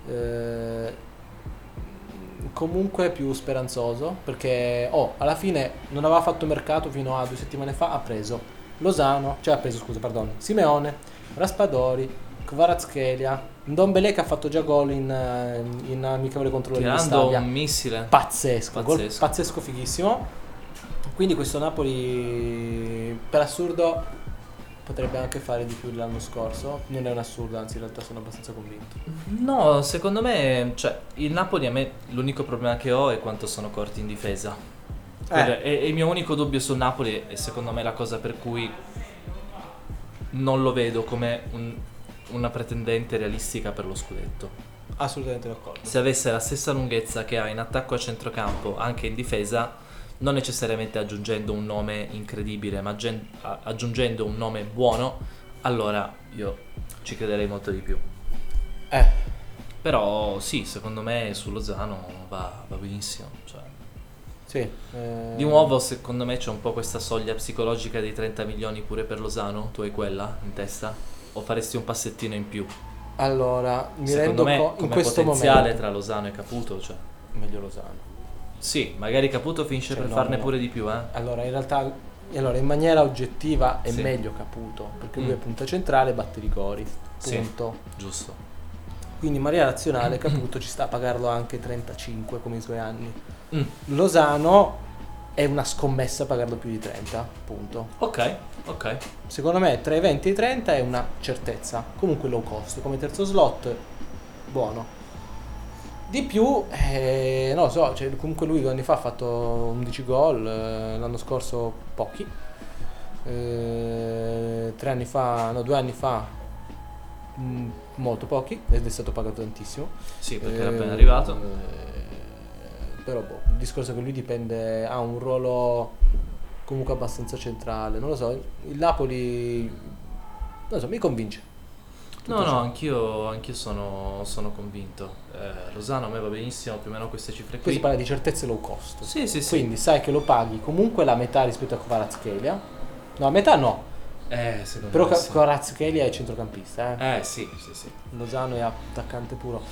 comunque più speranzoso, perché alla fine non aveva fatto mercato fino a 2 settimane fa, ha preso Simeone, Raspadori, Kvaratskhelia, Ndombele che ha fatto già gol in amichevole contro Tirando l'Instavia. un missile. Pazzesco, gol pazzesco, fighissimo. Quindi questo Napoli per assurdo potrebbe anche fare di più dell'anno scorso. Non è un assurdo, anzi in realtà sono abbastanza convinto. No, secondo me, cioè, il Napoli, a me l'unico problema che ho è quanto sono corti in difesa. È il mio unico dubbio sul Napoli, e secondo me la cosa per cui non lo vedo come una pretendente realistica per lo scudetto. Assolutamente d'accordo. Se avesse la stessa lunghezza che ha in attacco a centrocampo anche in difesa, non necessariamente aggiungendo un nome incredibile, ma aggiungendo un nome buono, allora io ci crederei molto di più. Però sì, secondo me su Lozano va benissimo, cioè. Sì, Di nuovo secondo me c'è un po' questa soglia psicologica dei 30 milioni pure per Lozano. Tu hai quella in testa? O faresti un passettino in più? allora mi Secondo me rendo in come questo potenziale momento tra Lozano e Caputo, cioè. meglio Lozano. Sì, magari Caputo finisce Cioè, per no, farne no. pure di più, Allora, in realtà, in maniera oggettiva è Sì. meglio Caputo, perché lui Mm. è punta centrale e batte rigori. Sì. Punto. Giusto. Quindi in maniera razionale Caputo ci sta a pagarlo anche 35 come i suoi anni. Mm. Lozano è una scommessa a pagarlo più di 30, punto. Ok. Secondo me tra i 20 e i 30 è una certezza. Comunque low cost, come terzo slot, buono. Di più, non lo so, cioè, comunque lui 2 anni fa ha fatto 11 gol, l'anno scorso pochi. 2 anni fa, molto pochi, ed è stato pagato tantissimo. Sì, perché era appena arrivato. Però il discorso è che lui dipende, ha un ruolo comunque abbastanza centrale, non lo so, il Napoli, non lo so, mi convince. No, anch'io sono convinto. Lozano a me va benissimo, più o meno queste cifre Qui qui. si parla di certezze low cost. Sì. Quindi sai che lo paghi comunque la metà rispetto a Kvaratskhelia. No, a metà no. Secondo Però me sì. Kvaratskhelia è centrocampista, Sì. Lozano è attaccante puro.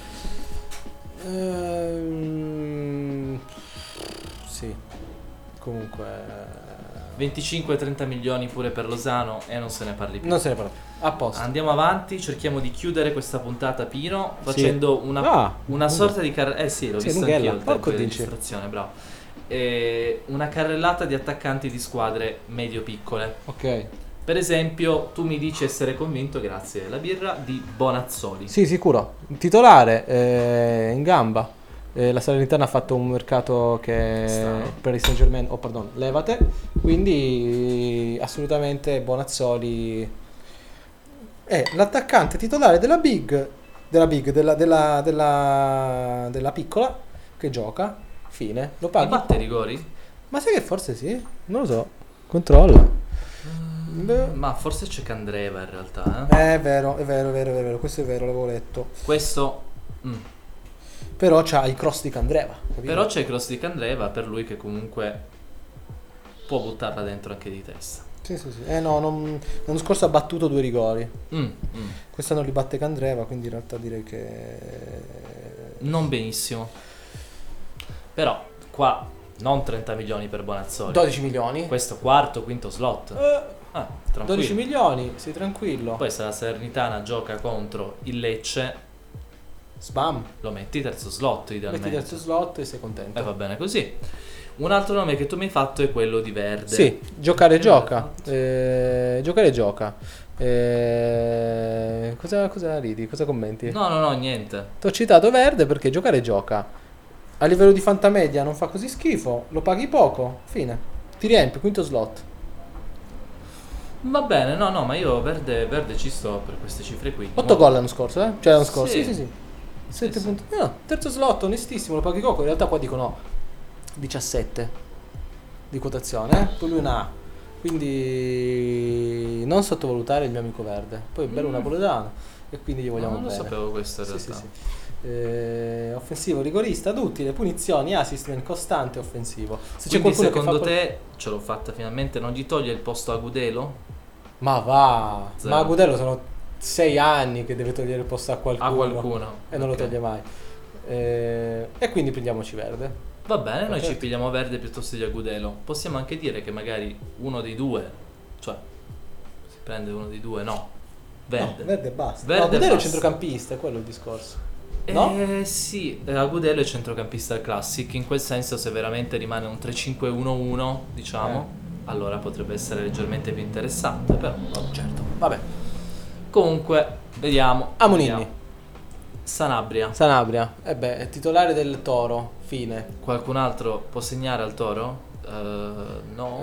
Sì. Comunque 25-30 milioni pure per Lozano e non se ne parli più. non se ne parla più. A posto. Andiamo avanti, cerchiamo di chiudere questa puntata, Pino, facendo una sorta di carrellata. Sì, l'ho Sì, vista lunghella. anch'io il tempo Porco di dici. registrazione, bravo. Una carrellata di attaccanti di squadre medio-piccole. Ok. Per esempio, tu mi dici essere convinto, grazie alla birra, di Bonazzoli. Sì, sicuro. Titolare in gamba. La Salernitana ha fatto un mercato che Strano. per il Saint-Germain, levate. Quindi assolutamente Bonazzoli è l'attaccante titolare della piccola che gioca. Fine. Lo Ma paghi. batte i rigori? Ma sai che forse sì? Non lo so. Controlla. Ma forse c'è Candreva in realtà. È vero. Questo è vero, l'avevo letto. Questo... Però c'ha i cross di Candreva. Capito? Però c'è il cross di Candreva per lui che comunque può buttarla dentro anche di testa. Sì. L'anno scorso ha battuto 2 rigori. Quest'anno li batte Candreva, quindi in realtà direi che Non benissimo. Però qua non 30 milioni per Bonazzoli. 12 milioni. Questo quarto, quinto slot. Tranquillo. 12 milioni, sei tranquillo. Poi se la Salernitana gioca contro il Lecce, Sbam. lo metti terzo slot idealmente. Metti terzo slot e sei contento. E va bene così. Un altro nome che tu mi hai fatto è quello di Verde. Sì, giocare Che gioca. Verde. Giocare gioca. Cosa ridi? Cosa commenti? No, niente. T'ho citato Verde perché giocare gioca. A livello di fantamedia non fa così schifo, lo paghi poco, fine. Ti riempi, quinto slot. Va bene, no, ma io Verde ci sto per queste cifre qui. 8 gol l'anno scorso, eh? Cioè l'anno scorso, Sì. sì. 7 sì. punti. No, terzo slot, onestissimo, lo paghi poco. In realtà qua dicono 17 di quotazione, poi lui è una A. Quindi non sottovalutare il mio amico Verde. Poi è bello napoletano e quindi gli vogliamo Non lo bene. sapevo questo in realtà. Sì. Offensivo, rigorista, duttile, punizioni, assist, costante, offensivo. Se c'è Quindi qualcuno secondo che fa te, ce l'ho fatta finalmente, non gli toglie il posto a Gudelo? Ma va, Zero. ma a Gudello sono 6 anni che deve togliere il posto a qualcuno. A qualcuno. E non lo Ok. toglie mai. E quindi prendiamoci Verde. Va bene, noi Ok. ci pigliamo Verde piuttosto di Agudelo. Possiamo anche dire che magari uno dei due, cioè si prende uno dei due, no. Verde. No, Verde e basta. Verde no, Gudello è basta. centrocampista, è quello il discorso. No? Sì, Agudelo è centrocampista classic, in quel senso se veramente rimane un 3-5-1-1, diciamo, allora potrebbe essere leggermente più interessante, però vabbè. Certo. Vabbè. Comunque, vediamo. Amonini. Vediamo. Sanabria. Sanabria. È titolare del Toro. Fine. Qualcun altro può segnare al Toro? No.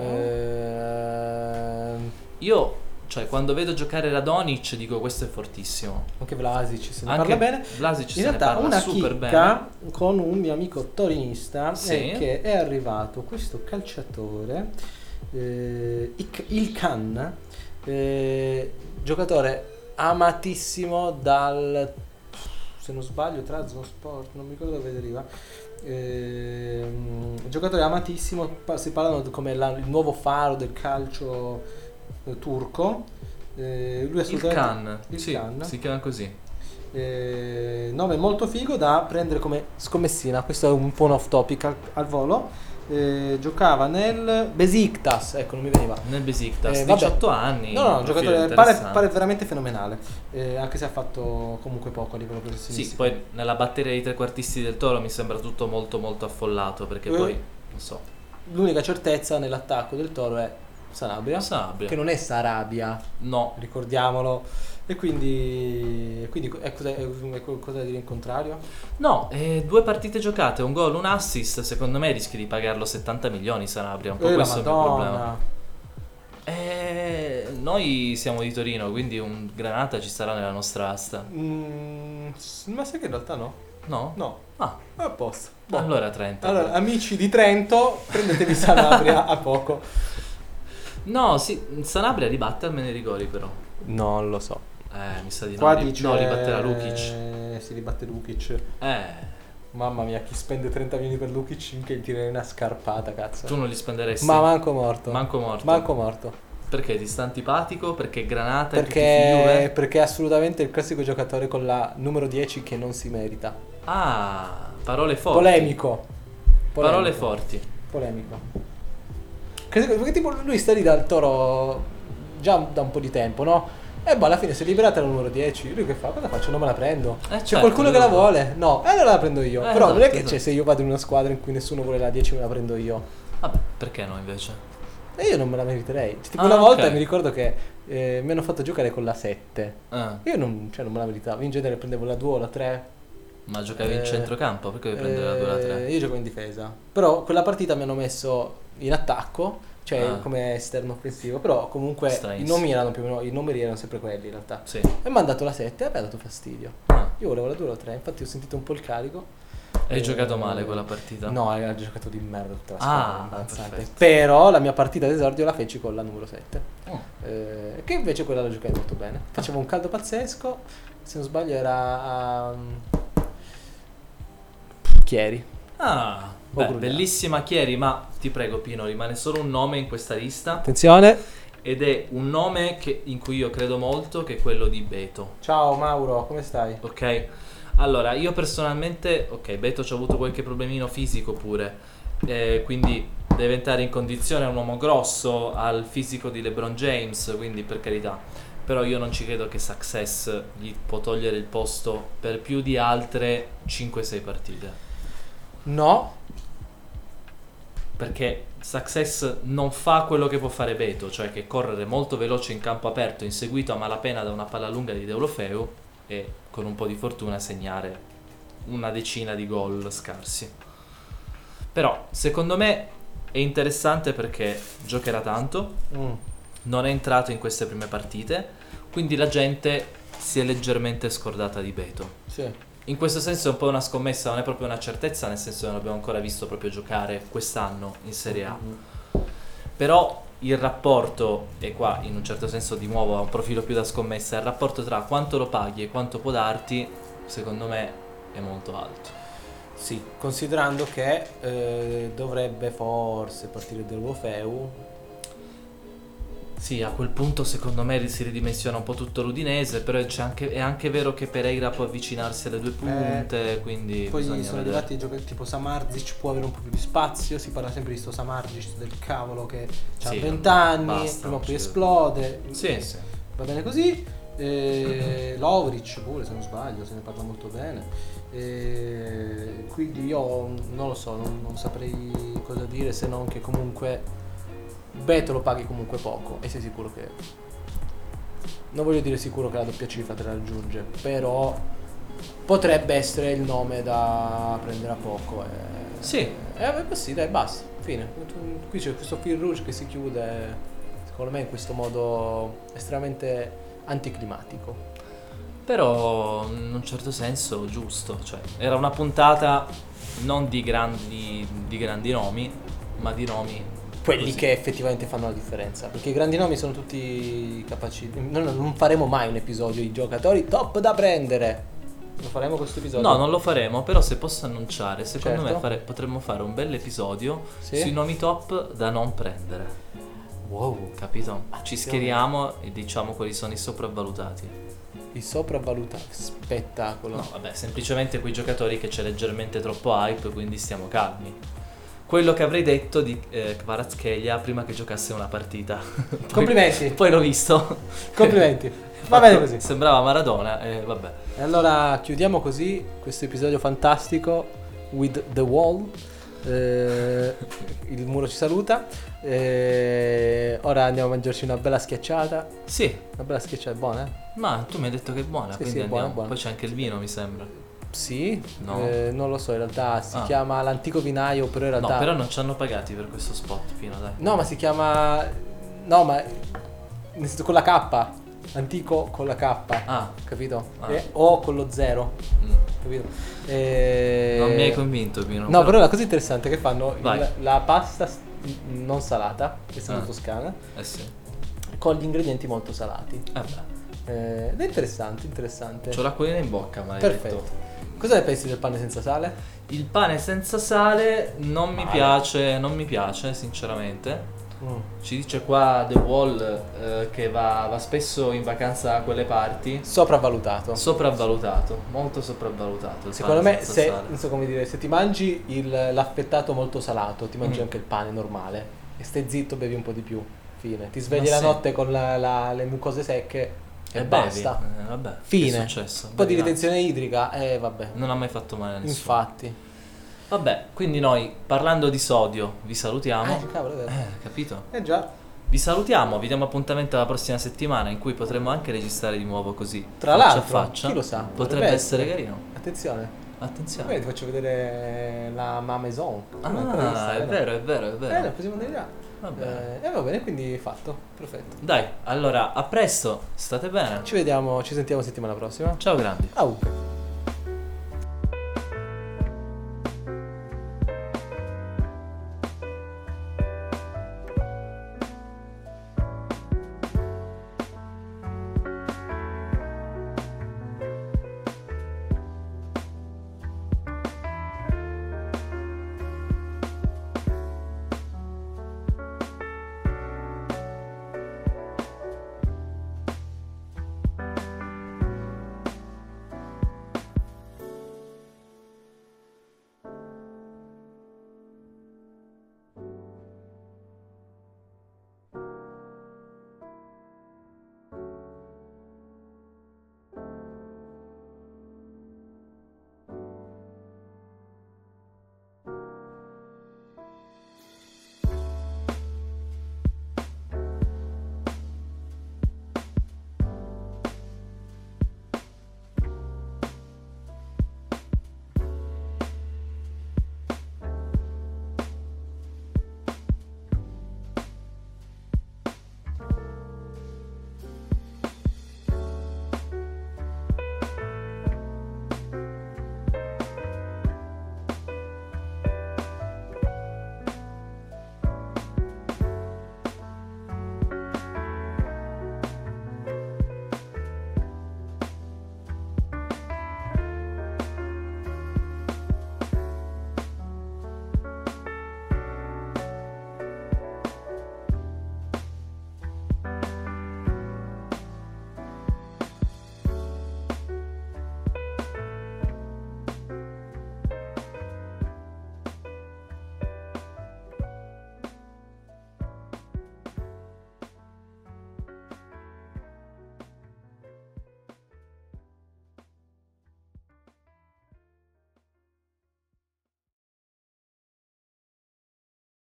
Io, cioè, quando vedo giocare Radonic dico questo è fortissimo. Anche Vlasic se ne Anche parla bene. Vlasic In se ne realtà parla una super chicca bene. con un mio amico torinista Sì. è che è arrivato questo calciatore, il Khan, giocatore amatissimo dal, se non sbaglio, Trabzonspor, non mi ricordo dove deriva. Giocatore amatissimo, si parlano come il nuovo faro del calcio turco. Lui è Il assolutamente Khan, il sì, Khan. si chiama così. Nome molto figo da prendere come scommessina. Questo è un po' un off topic al volo. Giocava nel Besiktas, ecco, non mi veniva. Nel Besiktas, Vabbè. 18 anni. No, un giocatore profilo pare interessante. veramente fenomenale. Anche se ha fatto comunque poco a livello professionistico. Sì, poi nella batteria dei trequartisti del Toro mi sembra tutto molto molto affollato, perché poi, non so, L'unica certezza nell'attacco del Toro è Sanabria, Sanabria. che non è Sarabia, No, ricordiamolo. E quindi è qualcosa da dire in contrario? no, 2 partite giocate, un gol, un assist, secondo me rischi di pagarlo 70 milioni Sanabria, un po' La questo è il mio problema. Madonna. Noi siamo di Torino, quindi un Granata ci sarà nella nostra asta. Ma sai che in realtà no? No? No, Ah, è a posto. Boh. allora 30. Allora, amici di Trento, prendetevi Sanabria a poco. No, sì, Sanabria ribatte almeno i rigori però. Non lo so. Mi sa di no. Qua dice... No, ribatterà Lukic. Si ribatte Lukic. Eh, Mamma mia, chi spende 30 milioni per Lukic che gli tira una scarpata, cazzo. tu non li spenderesti. Ma manco morto. Manco morto. Manco morto. Perché ti sta antipatico? Perché Granata e tutti i Juve? Perché è assolutamente il classico giocatore con la numero 10 che non si merita. Ah, parole forti. Polemico. Parole forti. Polemico. Perché tipo lui sta lì dal Toro già da un po' di tempo, no? E boh, alla fine si è liberata la numero 10. Lui che fa? Cosa faccio? Non me la prendo. C'è certo, qualcuno che lui la lo vuole? No, e allora la prendo io. Però non è che esatto. se io vado in una squadra in cui nessuno vuole la 10 me la prendo io. Vabbè, perché no invece? E io non me la meriterei. Tipo Ah, una volta ok. mi ricordo che mi hanno fatto giocare con la 7. Ah, Io non me la meritavo. In genere prendevo la 2 o la 3. ma giocavi in centrocampo? Perché devi prendere la 2 o la 3? Io gioco in difesa. Però quella partita mi hanno messo in attacco. Cioè come esterno offensivo. Però comunque i nomi erano più o meno. I numeri erano sempre quelli in realtà. Sì. E mi ha dato la 7 e mi ha dato fastidio. Ah, Io volevo la 2 o la 3. Infatti ho sentito un po' il carico. hai giocato male quella partita? No, ha giocato di merda tutta la squadra. Ah, imbarazzante. perfetto. Però la mia partita d'esordio la feci con la numero 7. Oh. Che invece quella la giocai molto bene. Faceva un caldo pazzesco. Se non sbaglio era a Chieri. Ah, beh, Grugnano. bellissima Chieri, ma ti prego Pino, rimane solo un nome in questa lista Attenzione. ed è un nome in cui io credo molto, che è quello di Beto. Ciao Mauro, come stai? Ok? Allora, io personalmente, ok, Beto ci ha avuto qualche problemino fisico pure, quindi deve entrare in condizione, è un uomo grosso, ha il fisico di LeBron James, quindi per carità. Però io non ci credo che Success gli può togliere il posto per più di altre 5-6 partite. No. Perché Success non fa quello che può fare Beto, cioè che correre molto veloce in campo aperto, inseguito a malapena da una palla lunga di Deulofeu e con un po' di fortuna segnare una decina di gol scarsi. Però secondo me è interessante perché giocherà tanto, non è entrato in queste prime partite, quindi la gente si è leggermente scordata di Beto. Sì. In questo senso è un po' una scommessa, non è proprio una certezza, nel senso che non l'abbiamo ancora visto proprio giocare quest'anno in Serie A. Però il rapporto, e qua in un certo senso di nuovo ha un profilo più da scommessa, il rapporto tra quanto lo paghi e quanto può darti, secondo me è molto alto. Sì, considerando che dovrebbe forse partire Deulofeu. Sì, a quel punto secondo me si ridimensiona un po' tutto l'Udinese, però è anche vero che Pereira può avvicinarsi alle due punte, quindi poi bisogna sono vedere. arrivati i giocatori tipo Samardzic, può avere un po' più di spazio, si parla sempre di sto Samardzic del cavolo che ha Sì, 20 anni, basta, prima o poi sì. esplode. Sì, sì. Va bene così. Lovric pure, se non sbaglio, se ne parla molto bene. Quindi io non lo so, non saprei cosa dire, se non che comunque Beto lo paghi comunque poco e sei sicuro che, non voglio dire sicuro che la doppia cifra te la raggiunge, però potrebbe essere il nome da prendere a poco. Sì. Sì, dai, basta, fine. Qui c'è questo fil rouge che si chiude, secondo me, in questo modo estremamente anticlimatico. Però in un certo senso giusto, cioè era una puntata non di grandi nomi, ma di nomi Quelli così. che effettivamente fanno la differenza, perché i grandi nomi sono tutti capaci. Non faremo mai un episodio di giocatori top da prendere. Lo faremo questo episodio? No, non lo faremo, però se posso annunciare, secondo Certo. me potremmo fare un bel episodio Sì? sui nomi top da non prendere. Wow. Capito? Ci Attenzione. schieriamo e diciamo quali sono i sopravvalutati. I sopravvalutati. Spettacolo. No, vabbè, semplicemente quei giocatori che c'è leggermente troppo hype, quindi stiamo calmi. Quello che avrei detto di Kvaratskhelia prima che giocasse una partita. Complimenti. Poi l'ho visto. Complimenti. Va bene così. Sembrava Maradona e vabbè. E allora chiudiamo così questo episodio fantastico with the wall. Il muro ci saluta. Ora andiamo a mangiarci una bella schiacciata. Sì, Una bella schiacciata, è buona, eh? ma tu mi hai detto che è buona, Sì, quindi sì, è buona, andiamo. buona. Poi c'è anche il vino, mi sembra. Sì, No. non lo so, in realtà si Ah. chiama l'antico vinaio, però in realtà No, però non ci hanno pagati per questo spot, Pino, dai. no, ma si chiama no, ma nel senso con la K, antico con la K. Ah. Capito? Ah. O con lo 0, Mm. capito? Non mi hai convinto, Pino. No, però la cosa interessante è che fanno Vai. la pasta non salata, essendo Ah. toscana, Eh sì. con gli ingredienti molto salati. Vabbè. Ed è interessante. C'ho l'acquolina in bocca, maledetto. Perfetto. Cosa ne pensi del pane senza sale? Il pane senza sale non mi piace, sinceramente. Ci dice qua The Wall che va spesso in vacanza a quelle parti. Sopravvalutato. Sopravvalutato, molto sopravvalutato. il Secondo pane me, senza se, sale. non so come dire, se ti mangi l'affettato molto salato, ti mangi Mm. anche il pane normale e stai zitto, bevi un po' di più. Fine. Ti svegli Ma la sì. notte con le mucose secche e bevi. basta. Vabbè, Fine. che è successo? Un po' di Bevi, ritenzione idrica, vabbè. non ha mai fatto male a nessuno. Infatti. Vabbè, quindi noi, parlando di sodio, vi salutiamo. Cavolo, è vero. Capito? Già. Vi salutiamo, vi diamo appuntamento alla prossima settimana in cui potremo anche registrare di nuovo così, Tra faccia l'altro, a faccia. chi lo sa? Potrebbe essere carino. Attenzione. Attenzione. Poi ti faccio vedere la Ma Maison. Ah, Non l'ho ancora vista, è vero, è vero, è vero. La possiamo vedere già. Vabbè. Va bene, quindi fatto. Perfetto. Dai, allora, a presto, state bene. Ci sentiamo settimana prossima. Ciao grandi. Au.